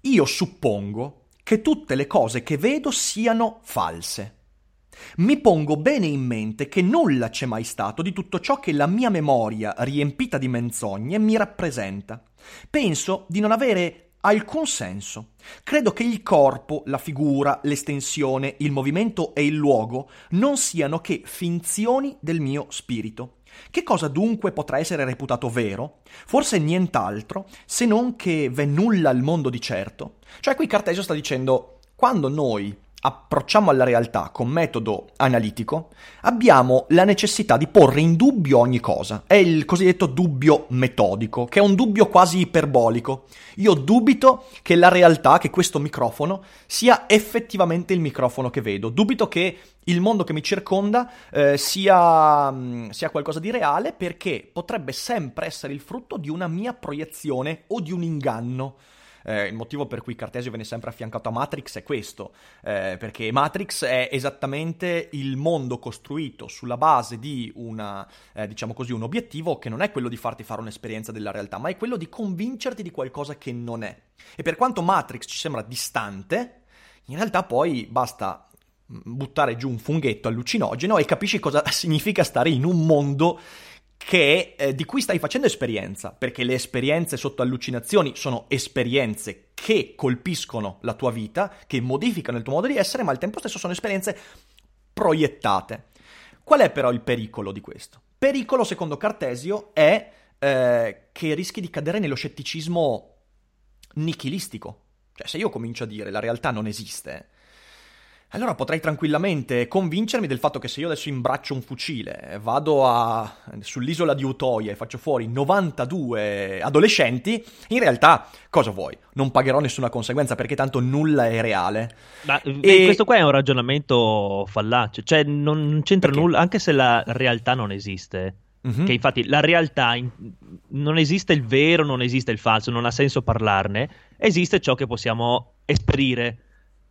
io suppongo che tutte le cose che vedo siano false. Mi pongo bene in mente che nulla c'è mai stato di tutto ciò che la mia memoria, riempita di menzogne, mi rappresenta. Penso di non avere alcun senso. Credo che il corpo, la figura, l'estensione, il movimento e il luogo non siano che finzioni del mio spirito. Che cosa dunque potrà essere reputato vero? Forse nient'altro, se non che v'è nulla al mondo di certo. Cioè qui Cartesio sta dicendo, quando noi approcciamo alla realtà con metodo analitico, abbiamo la necessità di porre in dubbio ogni cosa. È il cosiddetto dubbio metodico, che è un dubbio quasi iperbolico. Io dubito che la realtà, che questo microfono, sia effettivamente il microfono che vedo. Dubito che il mondo che mi circonda sia qualcosa di reale, perché potrebbe sempre essere il frutto di una mia proiezione o di un inganno. Il motivo per cui Cartesio viene sempre affiancato a Matrix è questo, perché Matrix è esattamente il mondo costruito sulla base di un obiettivo che non è quello di farti fare un'esperienza della realtà, ma è quello di convincerti di qualcosa che non è. E per quanto Matrix ci sembra distante, in realtà poi basta buttare giù un funghetto allucinogeno e capisci cosa significa stare in un mondo di cui stai facendo esperienza, perché le esperienze sotto allucinazioni sono esperienze che colpiscono la tua vita, che modificano il tuo modo di essere, ma al tempo stesso sono esperienze proiettate. Qual è però il pericolo di questo? Pericolo, secondo Cartesio, è che rischi di cadere nello scetticismo nichilistico. Cioè, se io comincio a dire la realtà non esiste, allora potrei tranquillamente convincermi del fatto che se io adesso imbraccio un fucile, vado sull'isola di Utoya e faccio fuori 92 adolescenti, in realtà cosa vuoi? Non pagherò nessuna conseguenza perché tanto nulla è reale. Ma questo qua è un ragionamento fallace, cioè non c'entra nulla, anche se la realtà non esiste. Mm-hmm. Che infatti la realtà non esiste il vero, non esiste il falso, non ha senso parlarne, esiste ciò che possiamo esperire.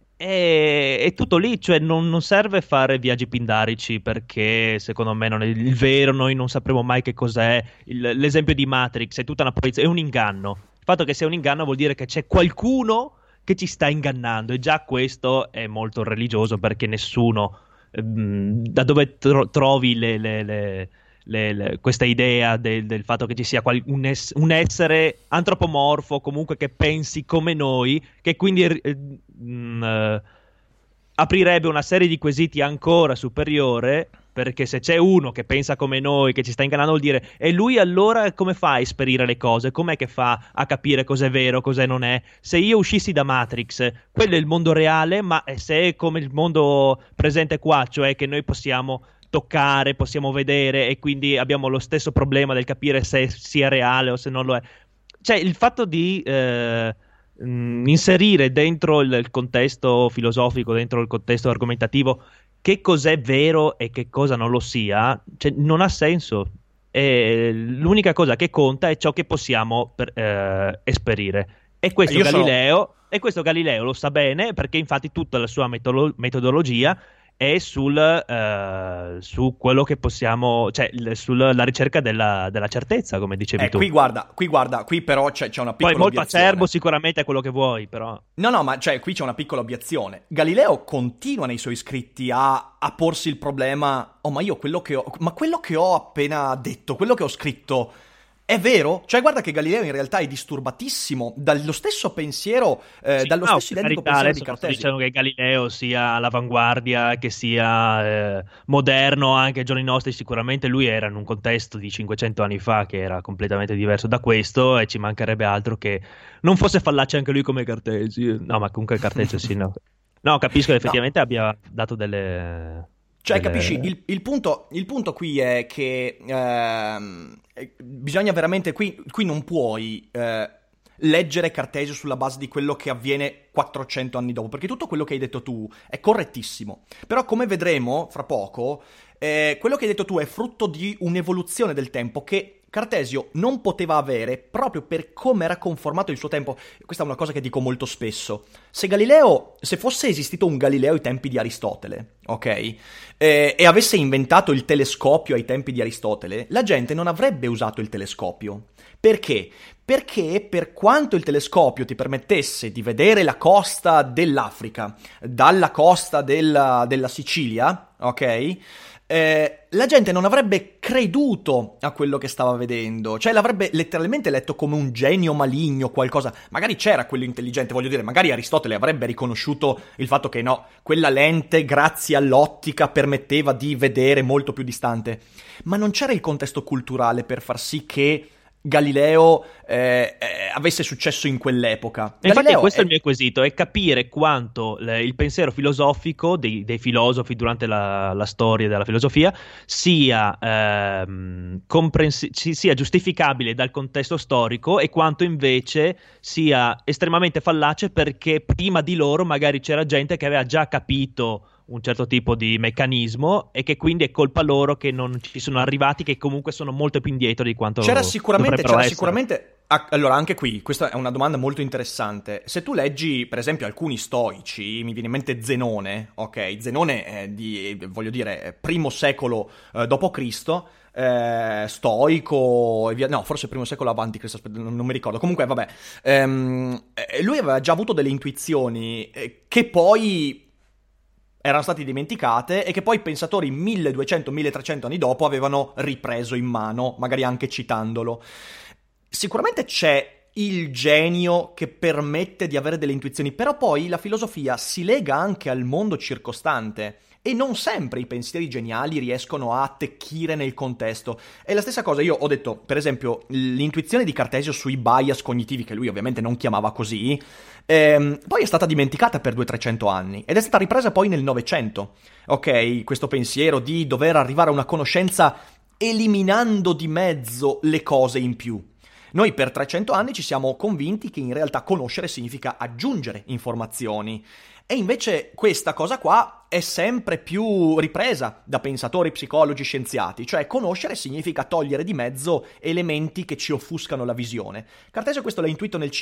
È tutto lì, cioè non serve fare viaggi pindarici, perché secondo me non è il vero, noi non sapremo mai che cos'è. L'esempio di Matrix è tutta una proiezione, è un inganno. Il fatto che sia un inganno vuol dire che c'è qualcuno che ci sta ingannando, e già questo è molto religioso, perché nessuno da dove trovi questa idea del fatto che ci sia un essere antropomorfo, comunque che pensi come noi, che quindi aprirebbe una serie di quesiti ancora superiore, perché se c'è uno che pensa come noi, che ci sta ingannando, vuol dire, e lui allora come fa a esperire le cose? Com'è che fa a capire cos'è vero, cos'è non è? Se io uscissi da Matrix, quello è il mondo reale, ma se è come il mondo presente qua, cioè che noi possiamo toccare, possiamo vedere, e quindi abbiamo lo stesso problema del capire se sia reale o se non lo è. Cioè il fatto di inserire dentro il contesto filosofico, dentro il contesto argomentativo, che cos'è vero e che cosa non lo sia, cioè, non ha senso. L'unica cosa che conta è ciò che possiamo esperire. E questo Galileo lo sa bene, perché infatti tutta la sua metodologia è su quello che possiamo, cioè sulla ricerca della certezza, come dicevi tu. Qui però c'è una piccola Poi molto obiezione. acerbo sicuramente è quello che vuoi, però. No, ma qui c'è una piccola obiezione. Galileo continua nei suoi scritti a porsi il problema, quello che ho appena detto, quello che ho scritto, è vero? Cioè guarda che Galileo in realtà è disturbatissimo dallo stesso pensiero, dallo stesso identico pensiero di Cartesio. Diciamo che Galileo sia all'avanguardia, che sia moderno anche ai giorni nostri, sicuramente lui era in un contesto di 500 anni fa che era completamente diverso da questo, e ci mancherebbe altro che non fosse fallace anche lui come Cartesio. No, ma comunque Cartesio sì, no. No, capisco che effettivamente abbia dato delle... Cioè, capisci, il punto qui è che bisogna veramente, qui non puoi leggere Cartesio sulla base di quello che avviene 400 anni dopo, perché tutto quello che hai detto tu è correttissimo, però come vedremo fra poco, quello che hai detto tu è frutto di un'evoluzione del tempo che Cartesio non poteva avere proprio per come era conformato il suo tempo. Questa è una cosa che dico molto spesso. Se fosse esistito un Galileo ai tempi di Aristotele, ok? E avesse inventato il telescopio ai tempi di Aristotele, la gente non avrebbe usato il telescopio. Perché? Perché per quanto il telescopio ti permettesse di vedere la costa dell'Africa dalla costa della Sicilia, ok? La gente non avrebbe creduto a quello che stava vedendo, cioè l'avrebbe letteralmente letto come un genio maligno, qualcosa. Magari c'era quello intelligente, voglio dire, magari Aristotele avrebbe riconosciuto il fatto che no, quella lente grazie all'ottica permetteva di vedere molto più distante, ma non c'era il contesto culturale per far sì che Galileo avesse successo in quell'epoca. Infatti questo è il mio quesito, è capire quanto il pensiero filosofico dei filosofi durante la storia della filosofia sia giustificabile dal contesto storico e quanto invece sia estremamente fallace perché prima di loro magari c'era gente che aveva già capito un certo tipo di meccanismo e che quindi è colpa loro che non ci sono arrivati, che comunque sono molto più indietro di quanto c'era sicuramente. Allora, anche qui, questa è una domanda molto interessante. Se tu leggi, per esempio, alcuni stoici, mi viene in mente Zenone, ok? Zenone è voglio dire, primo secolo d.C., stoico e via, no, forse primo secolo avanti Cristo, non mi ricordo. Comunque, vabbè, lui aveva già avuto delle intuizioni che poi erano state dimenticate e che poi i pensatori 1200-1300 anni dopo avevano ripreso in mano, magari anche citandolo. Sicuramente c'è il genio che permette di avere delle intuizioni, però poi la filosofia si lega anche al mondo circostante e non sempre i pensieri geniali riescono a attecchire nel contesto. È la stessa cosa, io ho detto, per esempio, l'intuizione di Cartesio sui bias cognitivi, che lui ovviamente non chiamava così, poi è stata dimenticata per 200-300 anni ed è stata ripresa poi nel Novecento. Ok, questo pensiero di dover arrivare a una conoscenza eliminando di mezzo le cose in più. Noi per 300 anni ci siamo convinti che in realtà conoscere significa aggiungere informazioni. E invece questa cosa qua è sempre più ripresa da pensatori, psicologi, scienziati, cioè conoscere significa togliere di mezzo elementi che ci offuscano la visione. Cartesio questo l'ha intuito nel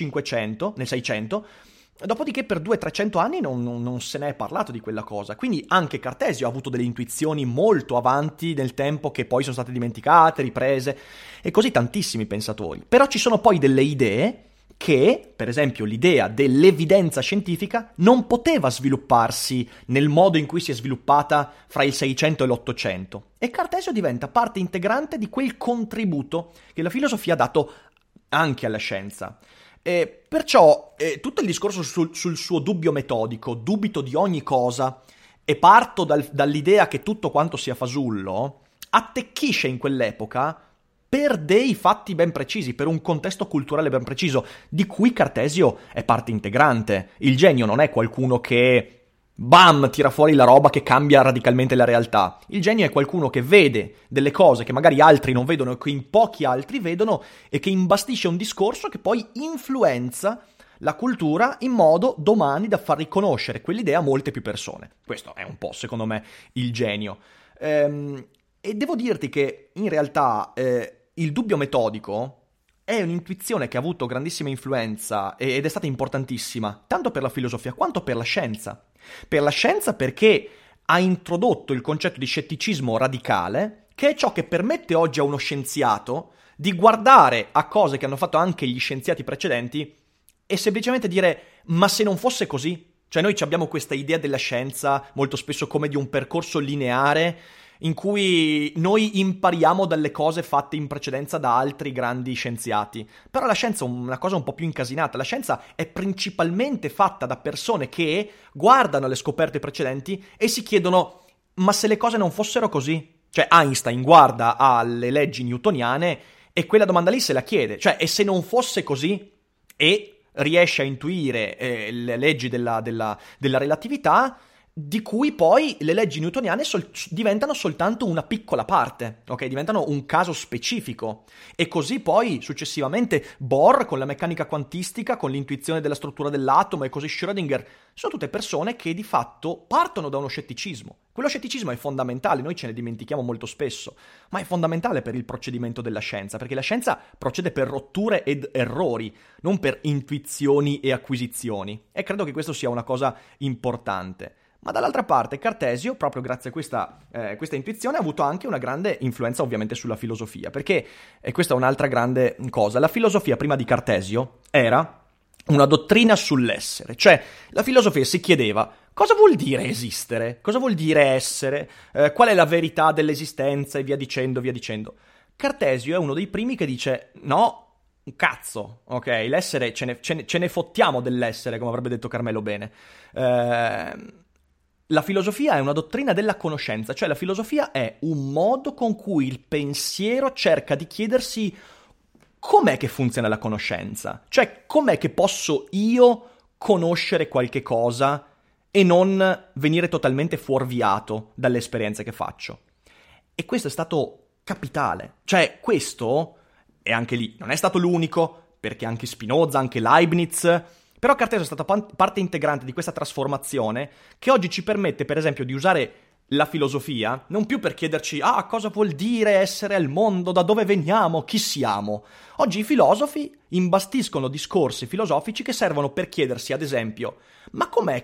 600, dopodiché per 200-300 anni non se ne è parlato di quella cosa, quindi anche Cartesio ha avuto delle intuizioni molto avanti nel tempo che poi sono state dimenticate, riprese, e così tantissimi pensatori. Però ci sono poi delle idee che, per esempio l'idea dell'evidenza scientifica, non poteva svilupparsi nel modo in cui si è sviluppata fra il 600 e l'800. E Cartesio diventa parte integrante di quel contributo che la filosofia ha dato anche alla scienza. Perciò tutto il discorso sul suo dubbio metodico, dubito di ogni cosa, e parto dall'idea che tutto quanto sia fasullo, attecchisce in quell'epoca per dei fatti ben precisi, per un contesto culturale ben preciso, di cui Cartesio è parte integrante. Il genio non è qualcuno che, bam, tira fuori la roba che cambia radicalmente la realtà. Il genio è qualcuno che vede delle cose che magari altri non vedono e che in pochi altri vedono e che imbastisce un discorso che poi influenza la cultura in modo domani da far riconoscere quell'idea a molte più persone. Questo è un po', secondo me, il genio. E devo dirti che in realtà il dubbio metodico è un'intuizione che ha avuto grandissima influenza ed è stata importantissima, tanto per la filosofia quanto per la scienza. Per la scienza perché ha introdotto il concetto di scetticismo radicale, che è ciò che permette oggi a uno scienziato di guardare a cose che hanno fatto anche gli scienziati precedenti e semplicemente dire: ma se non fosse così? Cioè noi abbiamo questa idea della scienza molto spesso come di un percorso lineare in cui noi impariamo dalle cose fatte in precedenza da altri grandi scienziati. Però la scienza è una cosa un po' più incasinata. La scienza è principalmente fatta da persone che guardano le scoperte precedenti e si chiedono: ma se le cose non fossero così? Cioè Einstein guarda alle leggi newtoniane e quella domanda lì se la chiede. Cioè, e se non fosse così? E riesce a intuire le leggi della relatività. di cui poi le leggi newtoniane diventano soltanto una piccola parte, ok? Diventano un caso specifico. E così poi successivamente Bohr con la meccanica quantistica, con l'intuizione della struttura dell'atomo, e così Schrödinger, sono tutte persone che di fatto partono da uno scetticismo. Quello scetticismo è fondamentale, noi ce ne dimentichiamo molto spesso, ma è fondamentale per il procedimento della scienza, perché la scienza procede per rotture ed errori, non per intuizioni e acquisizioni. E credo che questo sia una cosa importante. Ma dall'altra parte Cartesio, proprio grazie a questa intuizione, ha avuto anche una grande influenza ovviamente sulla filosofia, perché, e questa è un'altra grande cosa, la filosofia prima di Cartesio era una dottrina sull'essere, cioè la filosofia si chiedeva cosa vuol dire esistere, cosa vuol dire essere, qual è la verità dell'esistenza e via dicendo, via dicendo. Cartesio è uno dei primi che dice no, un cazzo, ok, l'essere, ce ne fottiamo dell'essere, come avrebbe detto Carmelo Bene. La filosofia è una dottrina della conoscenza, cioè la filosofia è un modo con cui il pensiero cerca di chiedersi com'è che funziona la conoscenza, cioè com'è che posso io conoscere qualche cosa e non venire totalmente fuorviato dalle esperienze che faccio. E questo è stato capitale, cioè questo, e anche lì, non è stato l'unico, perché anche Spinoza, anche Leibniz. Però Cartesio è stata parte integrante di questa trasformazione che oggi ci permette, per esempio, di usare la filosofia non più per chiederci cosa vuol dire essere al mondo, da dove veniamo, chi siamo. Oggi i filosofi imbastiscono discorsi filosofici che servono per chiedersi, ad esempio, ma com'è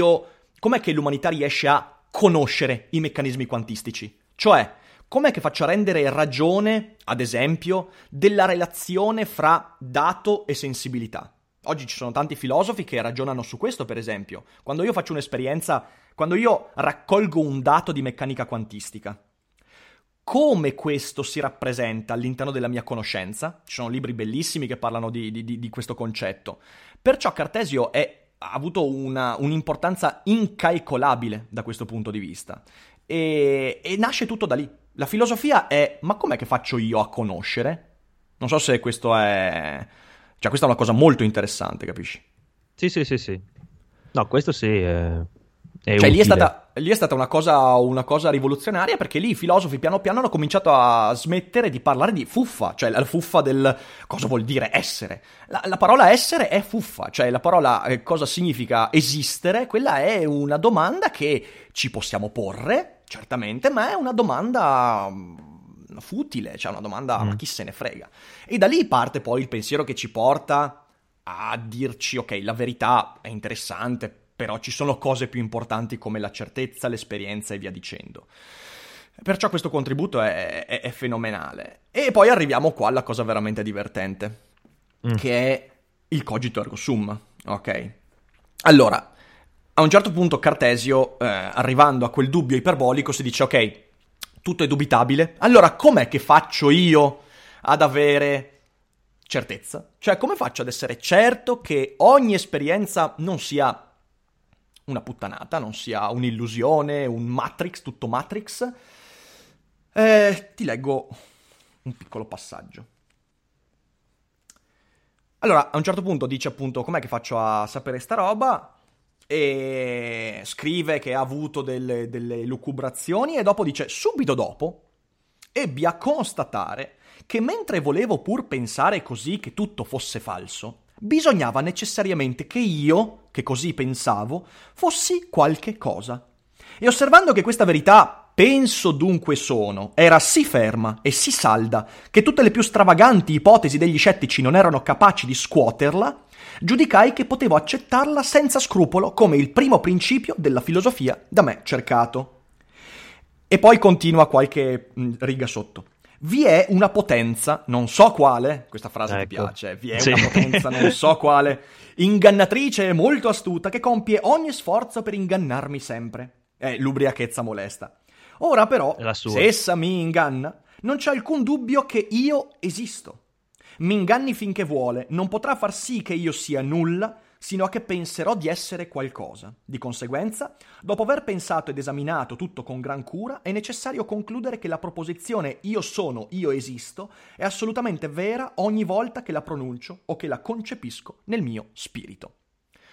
che l'umanità riesce a conoscere i meccanismi quantistici? Cioè, com'è che faccio a rendere ragione, ad esempio, della relazione fra dato e sensibilità? Oggi ci sono tanti filosofi che ragionano su questo, per esempio. Quando io faccio un'esperienza, quando io raccolgo un dato di meccanica quantistica, come questo si rappresenta all'interno della mia conoscenza? Ci sono libri bellissimi che parlano di questo concetto. Perciò Cartesio ha avuto un'importanza incalcolabile da questo punto di vista. E nasce tutto da lì. La filosofia è, ma com'è che faccio io a conoscere? Non so se questo è... Cioè, questa è una cosa molto interessante, capisci? Sì. No, questo sì, è cioè, lì utile. è stata una cosa rivoluzionaria, perché lì i filosofi piano piano hanno cominciato a smettere di parlare di fuffa, cioè la fuffa del cosa vuol dire essere. La parola essere è fuffa, cioè la parola cosa significa esistere, quella è una domanda che ci possiamo porre, certamente, ma è una domanda futile, cioè una domanda ma chi se ne frega. E da lì parte poi il pensiero che ci porta a dirci ok, la verità è interessante, però ci sono cose più importanti come la certezza, l'esperienza e via dicendo. Perciò questo contributo è fenomenale. E poi arriviamo qua alla cosa veramente divertente, che è il cogito ergo sum, ok? Allora, a un certo punto Cartesio, arrivando a quel dubbio iperbolico, si dice ok, tutto è dubitabile, allora com'è che faccio io ad avere certezza? Cioè, come faccio ad essere certo che ogni esperienza non sia una puttanata, non sia un'illusione, un Matrix, tutto Matrix? Ti leggo un piccolo passaggio. Allora, a un certo punto dice appunto com'è che faccio a sapere sta roba, e scrive che ha avuto delle lucubrazioni, e dopo dice subito dopo ebbi a constatare che mentre volevo pur pensare così che tutto fosse falso, bisognava necessariamente che io, che così pensavo, fossi qualche cosa. E osservando che questa verità, penso dunque sono, era sì ferma e sì salda, che tutte le più stravaganti ipotesi degli scettici non erano capaci di scuoterla, giudicai che potevo accettarla senza scrupolo come il primo principio della filosofia da me cercato. E poi continua qualche riga sotto. Vi è una potenza, non so quale, questa frase ti piace, vi è una potenza, non so quale, ingannatrice e molto astuta, che compie ogni sforzo per ingannarmi sempre. L'ubriachezza molesta. Ora però, se essa mi inganna, non c'è alcun dubbio che io esisto. Mi inganni finché vuole, non potrà far sì che io sia nulla, sino a che penserò di essere qualcosa. Di conseguenza, dopo aver pensato ed esaminato tutto con gran cura, è necessario concludere che la proposizione io sono, io esisto è assolutamente vera ogni volta che la pronuncio o che la concepisco nel mio spirito.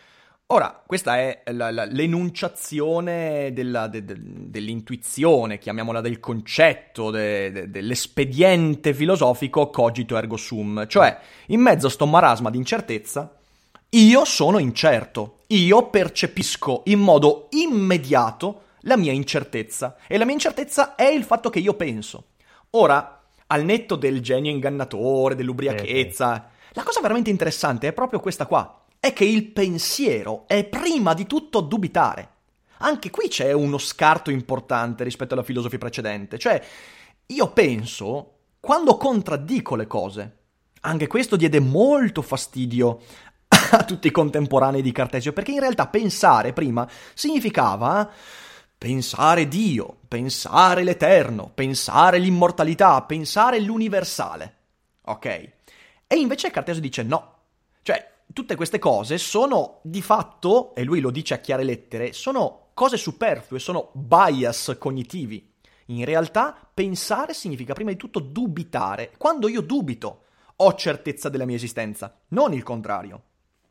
Ora, questa è l'enunciazione dell'intuizione, chiamiamola del concetto, dell'espediente filosofico cogito ergo sum. Cioè, in mezzo a sto marasma di incertezza, io sono incerto. Io percepisco in modo immediato la mia incertezza. E la mia incertezza è il fatto che io penso. Ora, al netto del genio ingannatore, dell'ubriachezza, la cosa veramente interessante è proprio questa qua. È che il pensiero è prima di tutto dubitare. Anche qui c'è uno scarto importante rispetto alla filosofia precedente. Cioè, io penso quando contraddico le cose. Anche questo diede molto fastidio a tutti i contemporanei di Cartesio, perché in realtà pensare prima significava pensare Dio, pensare l'eterno, pensare l'immortalità, pensare l'universale. Ok? E invece Cartesio dice no. Cioè, tutte queste cose sono di fatto, e lui lo dice a chiare lettere, sono cose superflue, sono bias cognitivi. In realtà pensare significa prima di tutto dubitare. Quando io dubito ho certezza della mia esistenza, non il contrario.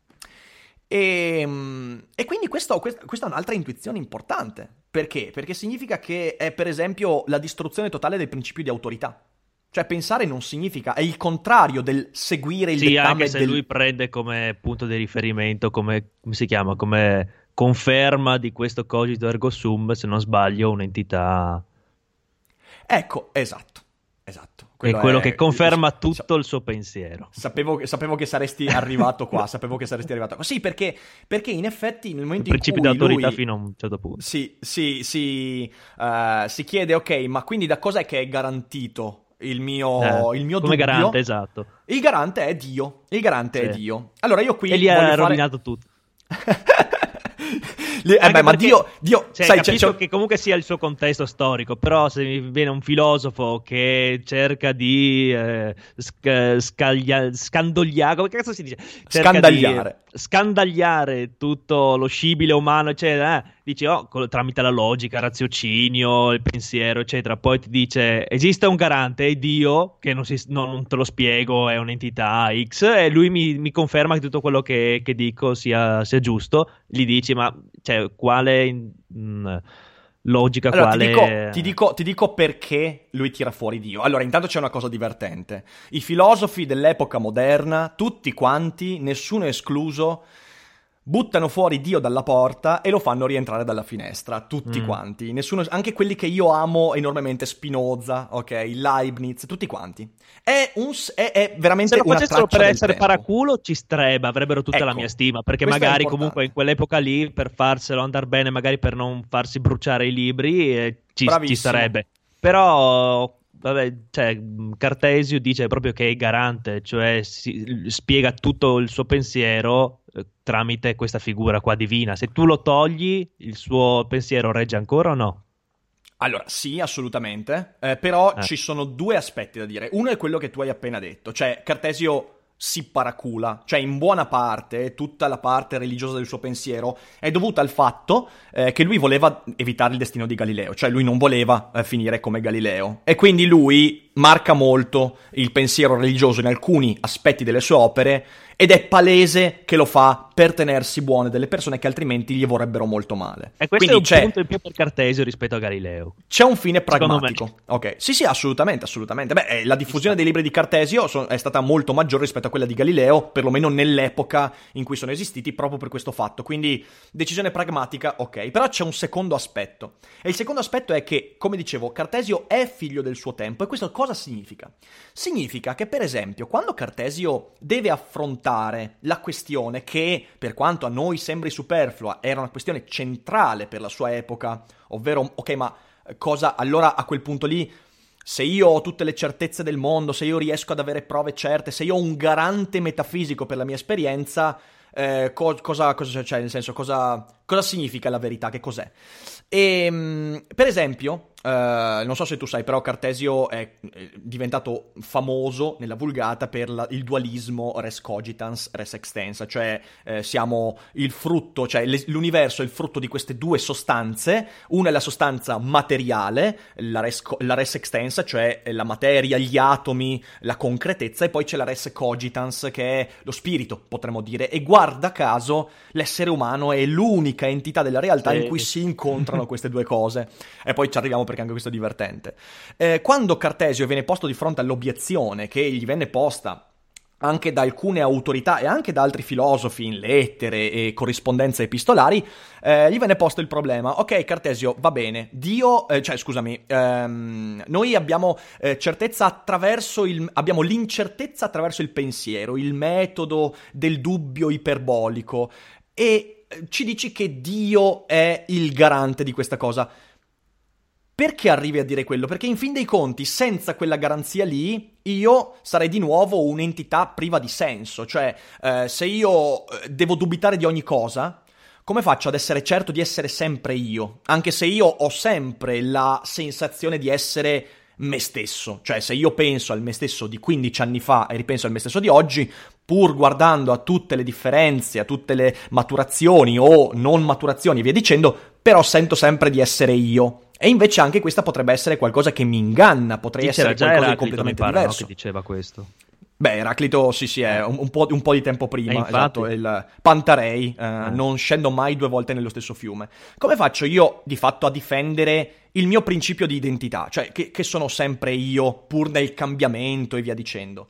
E quindi questa è un'altra intuizione importante. Perché? Perché significa che è per esempio la distruzione totale del principio di autorità. Cioè pensare non significa, è il contrario del seguire il dettame. Sì, anche se lui prende come punto di riferimento, come si chiama, come conferma di questo cogito ergo sum, se non sbaglio, un'entità. Ecco, esatto. È quello che conferma tutto il suo pensiero. Sapevo che saresti arrivato qua, Sì, perché in effetti nel momento in cui il principio di autorità fino a un certo punto. Si chiede, ok, ma quindi da cos'è che è garantito il mio come dubbio? garante, esatto. Il garante è Dio. È Dio. Allora io qui e gli ha rovinato tutto. Ma perché, Dio cioè, sai, capisco che comunque sia il suo contesto storico, però se mi viene un filosofo che cerca di scandogliare, come cazzo si dice? Scandagliare tutto lo scibile umano, eccetera, dici tramite la logica, raziocinio, il pensiero, eccetera. Poi ti dice esiste un garante, è Dio, che non te lo spiego, è un'entità X, e lui mi conferma che tutto quello che dico sia giusto. Gli dici ma cioè, quale logica, allora, quale... ti dico perché lui tira fuori Dio. Allora, intanto c'è una cosa divertente. I filosofi dell'epoca moderna, tutti quanti, nessuno escluso, buttano fuori Dio dalla porta e lo fanno rientrare dalla finestra, tutti quanti. Nessuno, anche quelli che io amo enormemente, Spinoza, ok, Leibniz, tutti quanti. È veramente una traccia del tempo. Se lo facessero per essere paraculo ci strebbe, avrebbero tutta la mia stima, perché magari comunque in quell'epoca lì, per farselo andare bene, magari per non farsi bruciare i libri, ci sarebbe. Però... Vabbè, cioè, Cartesio dice proprio che è garante, cioè spiega tutto il suo pensiero tramite questa figura qua divina. Se tu lo togli, il suo pensiero regge ancora o no? Allora, sì, assolutamente, però ci sono due aspetti da dire. Uno è quello che tu hai appena detto, cioè Cartesio si paracula, cioè in buona parte tutta la parte religiosa del suo pensiero è dovuta al fatto che lui voleva evitare il destino di Galileo, cioè lui non voleva finire come Galileo, e quindi lui marca molto il pensiero religioso in alcuni aspetti delle sue opere, ed è palese che lo fa per tenersi buone delle persone che altrimenti gli vorrebbero molto male. E questo quindi è un punto in più per Cartesio rispetto a Galileo. C'è un fine pragmatico. Ok, sì, assolutamente. Beh, la diffusione dei libri di Cartesio è stata molto maggiore rispetto a quella di Galileo, perlomeno nell'epoca in cui sono esistiti, proprio per questo fatto. Quindi, decisione pragmatica, ok. Però c'è un secondo aspetto. E il secondo aspetto è che, come dicevo, Cartesio è figlio del suo tempo. E questo cosa significa? Significa che, per esempio, quando Cartesio deve affrontare la questione che, per quanto a noi sembri superflua, era una questione centrale per la sua epoca, ovvero, ok, ma cosa, allora a quel punto lì, se io ho tutte le certezze del mondo, se io riesco ad avere prove certe, se io ho un garante metafisico per la mia esperienza, cosa c'è, nel senso, cosa Cosa significa la verità? Che cos'è? Per esempio, non so se tu sai, però Cartesio è diventato famoso nella Vulgata per il dualismo res cogitans, res extensa, cioè siamo il frutto, cioè l'universo è il frutto di queste due sostanze. Una è la sostanza materiale, la res extensa, cioè la materia, gli atomi, la concretezza, e poi c'è la res cogitans, che è lo spirito, potremmo dire, e guarda caso l'essere umano è l'unica entità della realtà in cui si incontrano queste due cose. E poi ci arriviamo, perché anche questo è divertente. Quando Cartesio viene posto di fronte all'obiezione che gli venne posta anche da alcune autorità e anche da altri filosofi in lettere e corrispondenze epistolari, gli venne posto il problema: ok Cartesio, va bene, noi abbiamo certezza attraverso abbiamo l'incertezza attraverso il pensiero, il metodo del dubbio iperbolico, e ci dici che Dio è il garante di questa cosa. Perché arrivi a dire quello? Perché in fin dei conti, senza quella garanzia lì, io sarei di nuovo un'entità priva di senso. Cioè, se io devo dubitare di ogni cosa, come faccio ad essere certo di essere sempre io? Anche se io ho sempre la sensazione di essere me stesso. Cioè, se io penso al me stesso di 15 anni fa e ripenso al me stesso di oggi, pur guardando a tutte le differenze, a tutte le maturazioni o non maturazioni e via dicendo, però sento sempre di essere io. E invece anche questa potrebbe essere qualcosa che mi inganna, potrei essere qualcosa di completamente diverso. No, che diceva questo. Beh, Eraclito sì, è un po' di tempo prima, infatti, esatto, il Pantarei, non scendo mai 2 volte nello stesso fiume. Come faccio io, di fatto, a difendere il mio principio di identità? Cioè, che sono sempre io, pur nel cambiamento e via dicendo?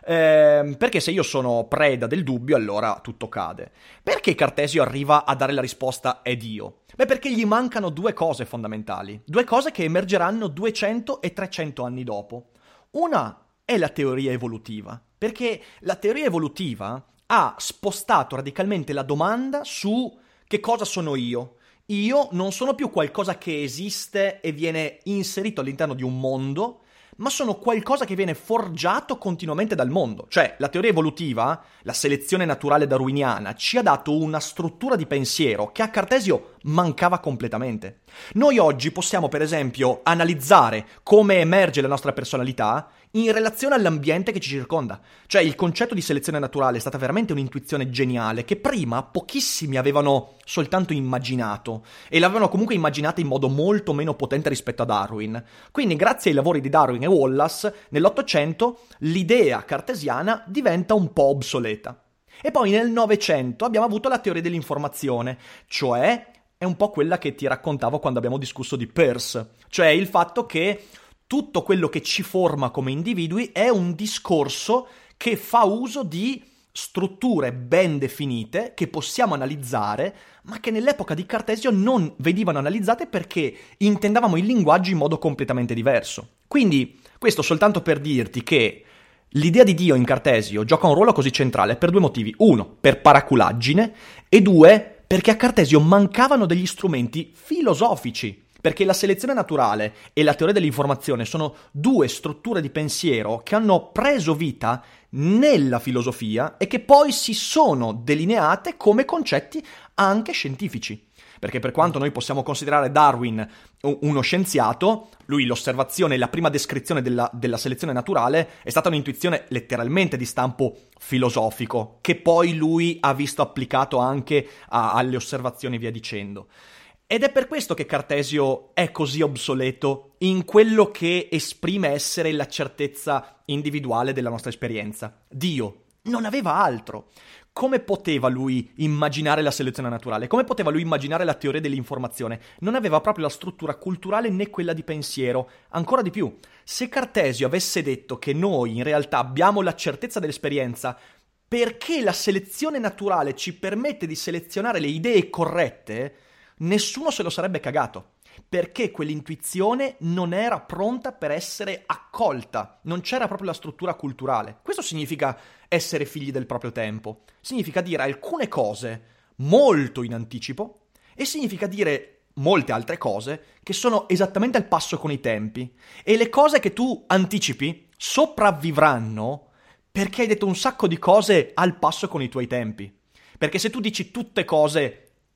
Perché se io sono preda del dubbio, allora tutto cade. Perché Cartesio arriva a dare la risposta è Dio? Beh, perché gli mancano 2 cose fondamentali, 2 cose che emergeranno 200 e 300 anni dopo. Una è la teoria evolutiva, perché la teoria evolutiva ha spostato radicalmente la domanda su che cosa sono io. Io non sono più qualcosa che esiste e viene inserito all'interno di un mondo, ma sono qualcosa che viene forgiato continuamente dal mondo. Cioè, la teoria evolutiva, la selezione naturale darwiniana, ci ha dato una struttura di pensiero che a Cartesio mancava completamente. Noi oggi possiamo, per esempio, analizzare come emerge la nostra personalità in relazione all'ambiente che ci circonda. Cioè, il concetto di selezione naturale è stata veramente un'intuizione geniale che prima pochissimi avevano soltanto immaginato, e l'avevano comunque immaginata in modo molto meno potente rispetto a Darwin. Quindi, grazie ai lavori di Darwin e Wallace, nell'Ottocento l'idea cartesiana diventa un po' obsoleta. E poi nel Novecento abbiamo avuto la teoria dell'informazione, cioè è un po' quella che ti raccontavo quando abbiamo discusso di Peirce, cioè il fatto che tutto quello che ci forma come individui è un discorso che fa uso di strutture ben definite che possiamo analizzare, ma che nell'epoca di Cartesio non venivano analizzate perché intendavamo il linguaggio in modo completamente diverso. Quindi, questo soltanto per dirti che l'idea di Dio in Cartesio gioca un ruolo così centrale per 2 motivi. 1, per paraculaggine, e 2, perché a Cartesio mancavano degli strumenti filosofici. Perché la selezione naturale e la teoria dell'informazione sono 2 strutture di pensiero che hanno preso vita nella filosofia e che poi si sono delineate come concetti anche scientifici. Perché per quanto noi possiamo considerare Darwin uno scienziato, lui l'osservazione, la prima descrizione della selezione naturale è stata un'intuizione letteralmente di stampo filosofico, che poi lui ha visto applicato anche alle osservazioni e via dicendo. Ed è per questo che Cartesio è così obsoleto in quello che esprime essere la certezza individuale della nostra esperienza. Dio non aveva altro. Come poteva lui immaginare la selezione naturale? Come poteva lui immaginare la teoria dell'informazione? Non aveva proprio la struttura culturale né quella di pensiero. Ancora di più, se Cartesio avesse detto che noi in realtà abbiamo la certezza dell'esperienza perché la selezione naturale ci permette di selezionare le idee corrette, nessuno se lo sarebbe cagato, perché quell'intuizione non era pronta per essere accolta, non c'era proprio la struttura culturale. Questo significa essere figli del proprio tempo, significa dire alcune cose molto in anticipo e significa dire molte altre cose che sono esattamente al passo con i tempi, e le cose che tu anticipi sopravvivranno perché hai detto un sacco di cose al passo con i tuoi tempi. Perché se tu dici tutte cose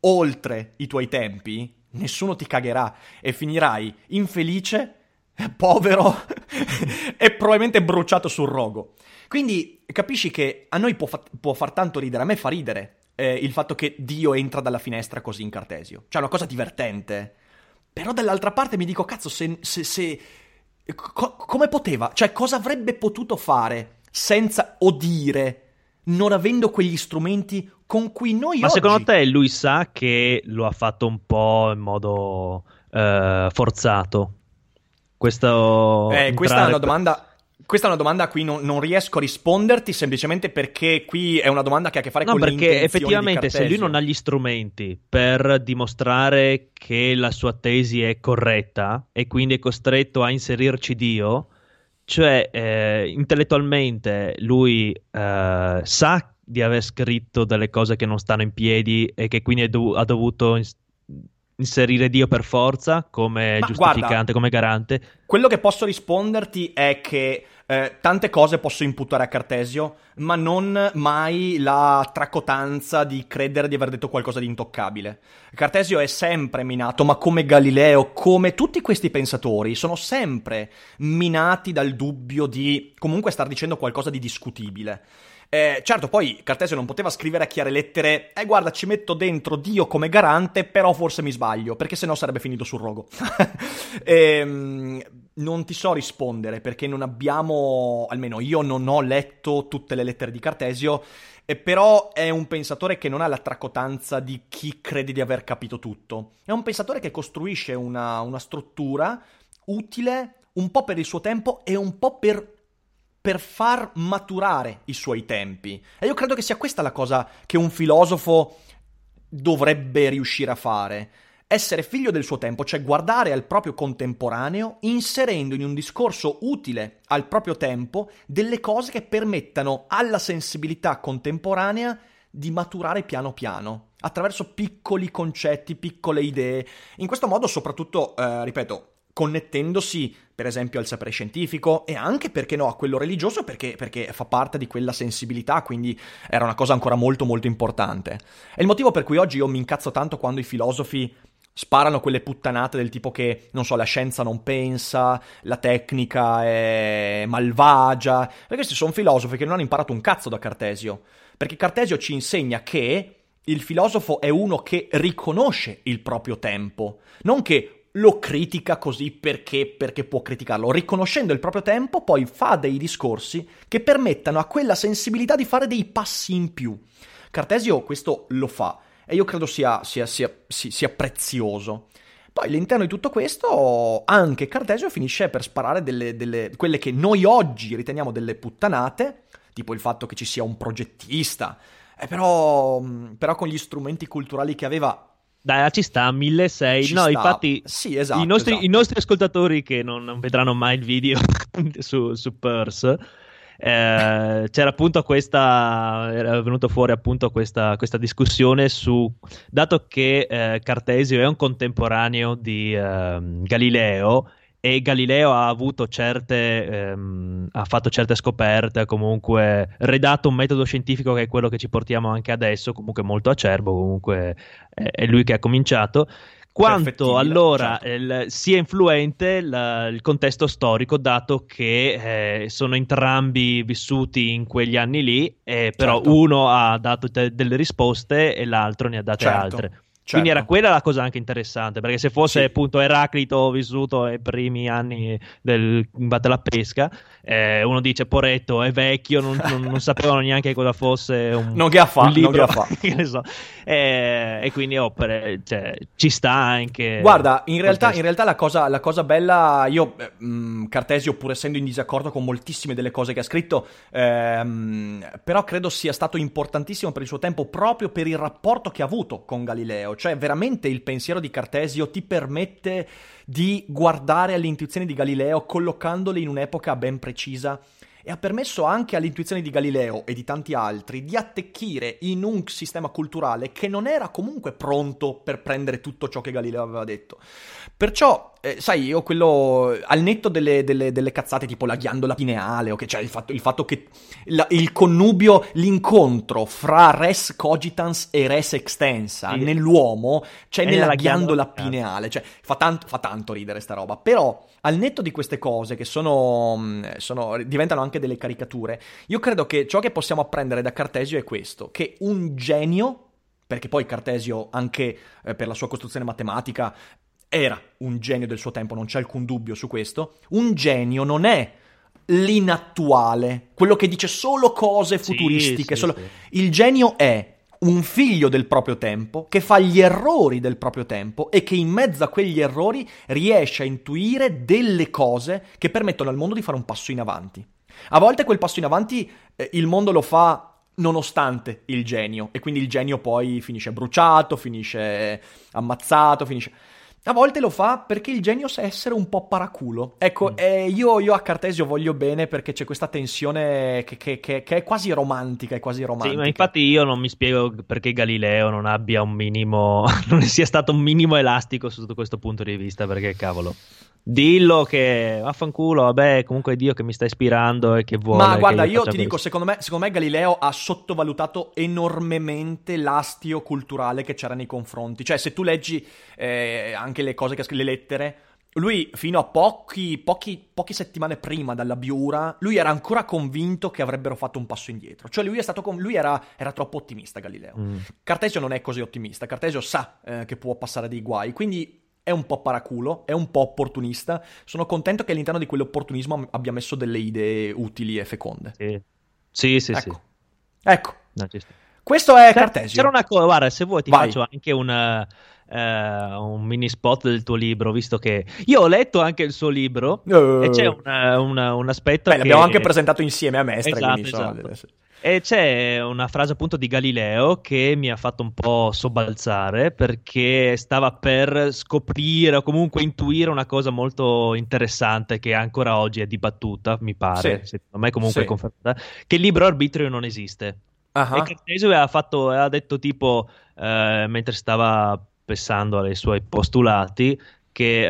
oltre i tuoi tempi, nessuno ti cagherà e finirai infelice, povero e probabilmente bruciato sul rogo. Quindi capisci che a noi può far tanto ridere, a me fa ridere il fatto che Dio entra dalla finestra così in Cartesio. Cioè è una cosa divertente. Però dall'altra parte mi dico, cazzo, come poteva? Cioè cosa avrebbe potuto fare senza dire, non avendo quegli strumenti con cui noi Ma oggi... secondo te lui sa che lo ha fatto un po' in modo forzato? Questa è una domanda... Questa è una domanda a cui non riesco a risponderti, semplicemente perché qui è una domanda che ha a che fare con le intenzioni perché effettivamente di Cartesio. se lui non ha gli strumenti per dimostrare che la sua tesi è corretta e quindi è costretto a inserirci Dio, cioè intellettualmente lui sa di aver scritto delle cose che non stanno in piedi e che quindi ha dovuto inserire Dio per forza come giustificante, guarda, come garante. Quello che posso risponderti è che tante cose posso imputare a Cartesio, ma non mai la tracotanza di credere di aver detto qualcosa di intoccabile. Cartesio è sempre minato, ma come Galileo, come tutti questi pensatori, sono sempre minati dal dubbio di comunque star dicendo qualcosa di discutibile. Certo, poi Cartesio non poteva scrivere a chiare lettere guarda, ci metto dentro Dio come garante, però forse mi sbaglio, perché sennò sarebbe finito sul rogo. Non ti so rispondere, perché non abbiamo, almeno io non ho letto tutte le lettere di Cartesio, però è un pensatore che non ha la tracotanza di chi crede di aver capito tutto. È un pensatore che costruisce una struttura utile un po' per il suo tempo e un po' per far maturare i suoi tempi. E io credo che sia questa la cosa che un filosofo dovrebbe riuscire a fare. Essere figlio del suo tempo, cioè guardare al proprio contemporaneo, inserendo in un discorso utile al proprio tempo delle cose che permettano alla sensibilità contemporanea di maturare piano piano, attraverso piccoli concetti, piccole idee. In questo modo, soprattutto, ripeto, connettendosi per esempio al sapere scientifico e anche, perché no, a quello religioso, perché fa parte di quella sensibilità, quindi era una cosa ancora molto molto importante. È il motivo per cui oggi io mi incazzo tanto quando i filosofi sparano quelle puttanate del tipo che, non so, la scienza non pensa, la tecnica è malvagia, perché questi sono filosofi che non hanno imparato un cazzo da Cartesio, perché Cartesio ci insegna che il filosofo è uno che riconosce il proprio tempo, non che lo critica così perché può criticarlo. Riconoscendo il proprio tempo, poi fa dei discorsi che permettano a quella sensibilità di fare dei passi in più. Cartesio questo lo fa e io credo sia prezioso. Poi all'interno di tutto questo anche Cartesio finisce per sparare quelle che noi oggi riteniamo delle puttanate, tipo il fatto che ci sia un progettista, però con gli strumenti culturali che aveva. Dai, ci sta, 1600. No, infatti, sì, esatto, i nostri ascoltatori che non vedranno mai il video su Peirce, c'era appunto era venuto fuori appunto questa discussione su, dato che Cartesio è un contemporaneo di Galileo, e Galileo ha avuto ha fatto certe scoperte, comunque redatto un metodo scientifico che è quello che ci portiamo anche adesso, comunque molto acerbo, comunque è lui che ha cominciato. Quanto allora certo, sia influente il contesto storico, dato che sono entrambi vissuti in quegli anni lì, però certo, uno ha dato delle risposte e l'altro ne ha date altre. Quindi era quella la cosa anche interessante, perché se fosse appunto Eraclito vissuto ai primi anni del combate alla pesca, uno dice poretto, è vecchio, non sapevano neanche cosa fosse un libro, che ne so. E quindi opere, cioè, ci sta anche. Guarda, in realtà la cosa bella, io Cartesio, pur essendo in disaccordo con moltissime delle cose che ha scritto, però credo sia stato importantissimo per il suo tempo, proprio per il rapporto che ha avuto con Galileo. Cioè veramente il pensiero di Cartesio ti permette di guardare alle intuizioni di Galileo collocandole in un'epoca ben precisa, e ha permesso anche alle intuizioni di Galileo e di tanti altri di attecchire in un sistema culturale che non era comunque pronto per prendere tutto ciò che Galileo aveva detto. Perciò sai, io quello al netto delle cazzate tipo la ghiandola pineale, cioè il fatto che il connubio, l'incontro fra res cogitans e res extensa nell'uomo, cioè nella ghiandola pineale, cioè fa tanto ridere sta roba. Però al netto di queste cose che diventano anche delle caricature, io credo che ciò che possiamo apprendere da Cartesio è questo, che un genio, perché poi Cartesio anche per la sua costruzione matematica era un genio del suo tempo, non c'è alcun dubbio su questo, un genio non è l'inattuale, quello che dice solo cose futuristiche, sì. Il genio è un figlio del proprio tempo che fa gli errori del proprio tempo e che in mezzo a quegli errori riesce a intuire delle cose che permettono al mondo di fare un passo in avanti. A volte quel passo in avanti il mondo lo fa nonostante il genio, e quindi il genio poi finisce bruciato, finisce ammazzato, a volte lo fa perché il genio sa essere un po' paraculo. Ecco, io a Cartesio voglio bene perché c'è questa tensione che è quasi romantica, Sì, ma infatti io non mi spiego perché Galileo non abbia un minimo, non sia stato un minimo elastico sotto questo punto di vista, perché cavolo. Dillo che vaffanculo, vabbè, comunque è Dio che mi sta ispirando e che vuole. Ma guarda, io ti questo. dico, secondo me Galileo ha sottovalutato enormemente l'astio culturale che c'era nei confronti. Cioè, se tu leggi anche le cose che ha scritto, le lettere, lui fino a poche settimane prima dalla Biura, lui era ancora convinto che avrebbero fatto un passo indietro. Cioè lui era troppo ottimista, Galileo. Cartesio non è così ottimista, Cartesio sa che può passare dei guai, quindi è un po' paraculo, è un po' opportunista. Sono contento che all'interno di quell'opportunismo abbia messo delle idee utili e feconde. Sì. Ecco. No, ci sta. Questo è Cartesio. C'era una cosa, guarda, se vuoi ti faccio anche un mini spot del tuo libro, visto che io ho letto anche il suo libro e c'è un aspetto che l'abbiamo anche presentato insieme a Mestre. Esatto. E c'è una frase appunto di Galileo che mi ha fatto un po' sobbalzare, perché stava per scoprire o comunque intuire una cosa molto interessante che ancora oggi è dibattuta, mi pare, secondo me comunque è confermata, che il libero arbitrio non esiste. Uh-huh. E Cartesio aveva detto tipo, mentre stava pensando ai suoi postulati, che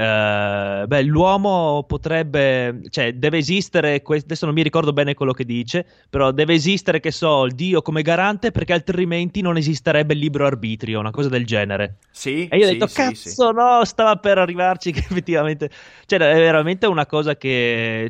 l'uomo potrebbe, cioè deve esistere, adesso non mi ricordo bene quello che dice, però deve esistere, che so, il Dio come garante, perché altrimenti non esisterebbe il libero arbitrio, una cosa del genere. Sì. E io ho detto cazzo. No, stava per arrivarci che effettivamente, cioè è veramente una cosa che,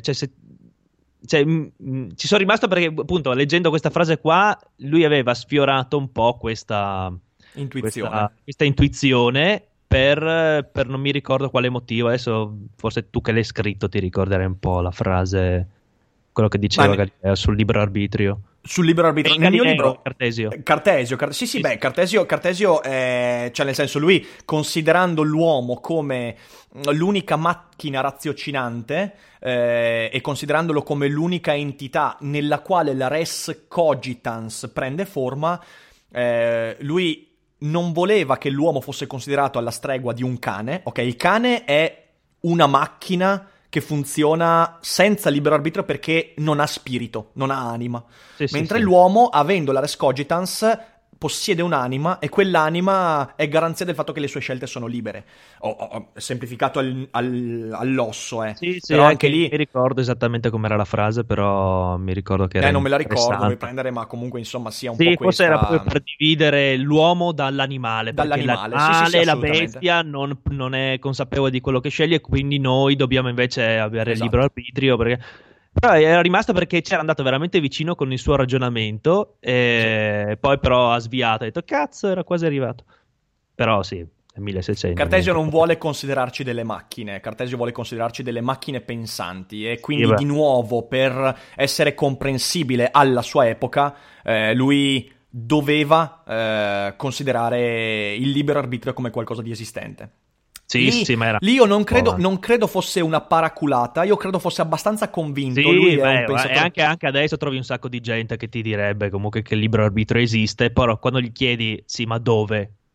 ci sono rimasto perché appunto leggendo questa frase qua lui aveva sfiorato un po' questa intuizione per non mi ricordo quale motivo. Adesso forse tu che l'hai scritto ti ricorderai un po' la frase, quello che diceva Galileo sul libero arbitrio. Sul libero arbitrio nel mio libro Cartesio. Sì, Cartesio cioè nel senso, lui, considerando l'uomo come l'unica macchina raziocinante e considerandolo come l'unica entità nella quale la res cogitans prende forma, lui non voleva che l'uomo fosse considerato alla stregua di un cane. Ok, il cane è una macchina che funziona senza libero arbitrio perché non ha spirito, non ha anima. Mentre l'uomo, avendo la res cogitans, possiede un'anima, e quell'anima è garanzia del fatto che le sue scelte sono libere. Ho semplificato all'osso, però anche lì mi ricordo esattamente com'era la frase, però mi ricordo che era non me la ricordo, devo prendere, ma comunque insomma sia un po' questa. Forse era proprio per dividere l'uomo dall'animale, perché l'animale, la bestia non è consapevole di quello che sceglie, quindi noi dobbiamo invece avere il libero arbitrio, perché però era rimasto perché c'era andato veramente vicino con il suo ragionamento e poi però ha sviato, ha detto cazzo, era quasi arrivato. Però sì, è 1600. Cartesio non vuole considerarci delle macchine, Cartesio vuole considerarci delle macchine pensanti, e quindi di nuovo, per essere comprensibile alla sua epoca, lui doveva considerare il libero arbitrio come qualcosa di esistente. Ma era... Lì io non credo fosse una paraculata, io credo fosse abbastanza convinto. Lui è un pensatore... anche adesso trovi un sacco di gente che ti direbbe comunque che il libero arbitrio esiste, però quando gli chiedi ma dove?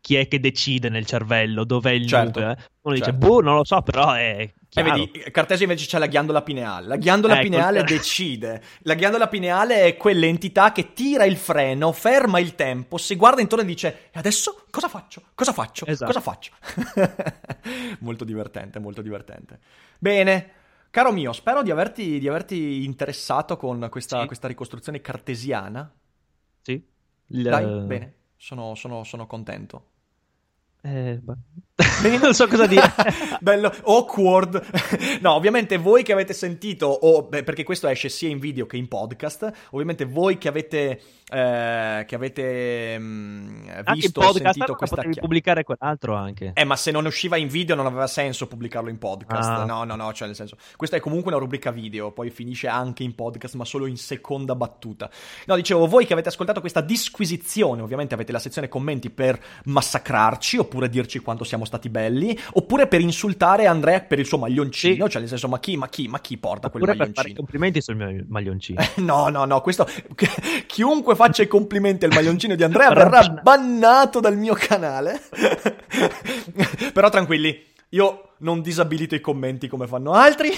chi è che decide nel cervello, dov'è il Certo, nucleo. Uno dice, certo. non lo so, però è chiaro. Vedi, Cartesio invece c'è la ghiandola pineale. La ghiandola pineale decide. La ghiandola pineale è quell'entità che tira il freno, ferma il tempo, si guarda intorno e dice: e adesso cosa faccio? Cosa faccio? Esatto. Cosa faccio? Molto divertente, molto divertente. Bene. Caro mio, spero di averti interessato con questa ricostruzione cartesiana. Sì. Dai, bene, sono contento. Non so cosa dire. Bello, awkward. No, ovviamente voi che avete sentito, perché questo esce sia in video che in podcast, ovviamente voi che avete visto o sentito questa potevi pubblicare quell'altro anche. Ma se non usciva in video non aveva senso pubblicarlo in podcast. No, cioè nel senso, questa è comunque una rubrica video, poi finisce anche in podcast, ma solo in seconda battuta. No, dicevo, voi che avete ascoltato questa disquisizione, ovviamente avete la sezione commenti per massacrarci, oppure dirci quanto siamo stati belli, oppure per insultare Andrea per il suo maglioncino, sì. Cioè nel senso, ma chi porta quel maglioncino? Per fare complimenti sul mio maglioncino. No, questo chiunque faccia i complimenti al maglioncino di Andrea verrà bannato dal mio canale. Però tranquilli, io non disabilito i commenti come fanno altri.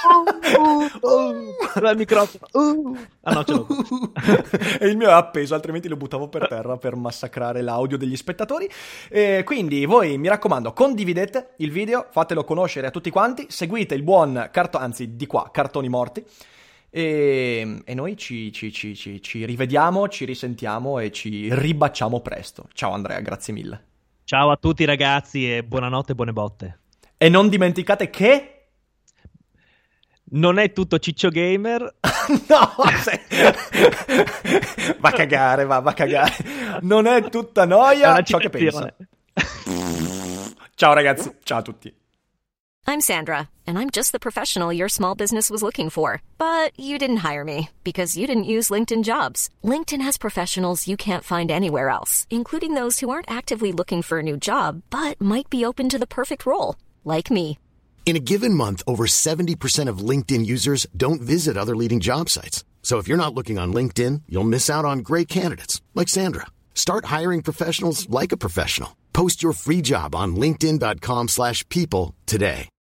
Il microfono. No, ce l'ho. E il mio è appeso, altrimenti lo buttavo per terra per massacrare l'audio degli spettatori. Quindi voi, mi raccomando, condividete il video, fatelo conoscere a tutti quanti, seguite il buon Cartoni Morti. E noi ci rivediamo, ci risentiamo e ci ribacciamo presto. Ciao Andrea, grazie mille. Ciao a tutti ragazzi e buonanotte e buone botte. E non dimenticate che non è tutto Ciccio Gamer. No, va a cagare, va a cagare. Non è tutta noia ciò che pensa. Ciao ragazzi, ciao a tutti. I'm Sandra, and I'm just the professional your small business was looking for. But you didn't hire me because you didn't use LinkedIn Jobs. LinkedIn has professionals you can't find anywhere else, including those who aren't actively looking for a new job, but might be open to the perfect role, like me. In a given month, over 70% of LinkedIn users don't visit other leading job sites. So if you're not looking on LinkedIn, you'll miss out on great candidates like Sandra. Start hiring professionals like a professional. Post your free job on linkedin.com/people today.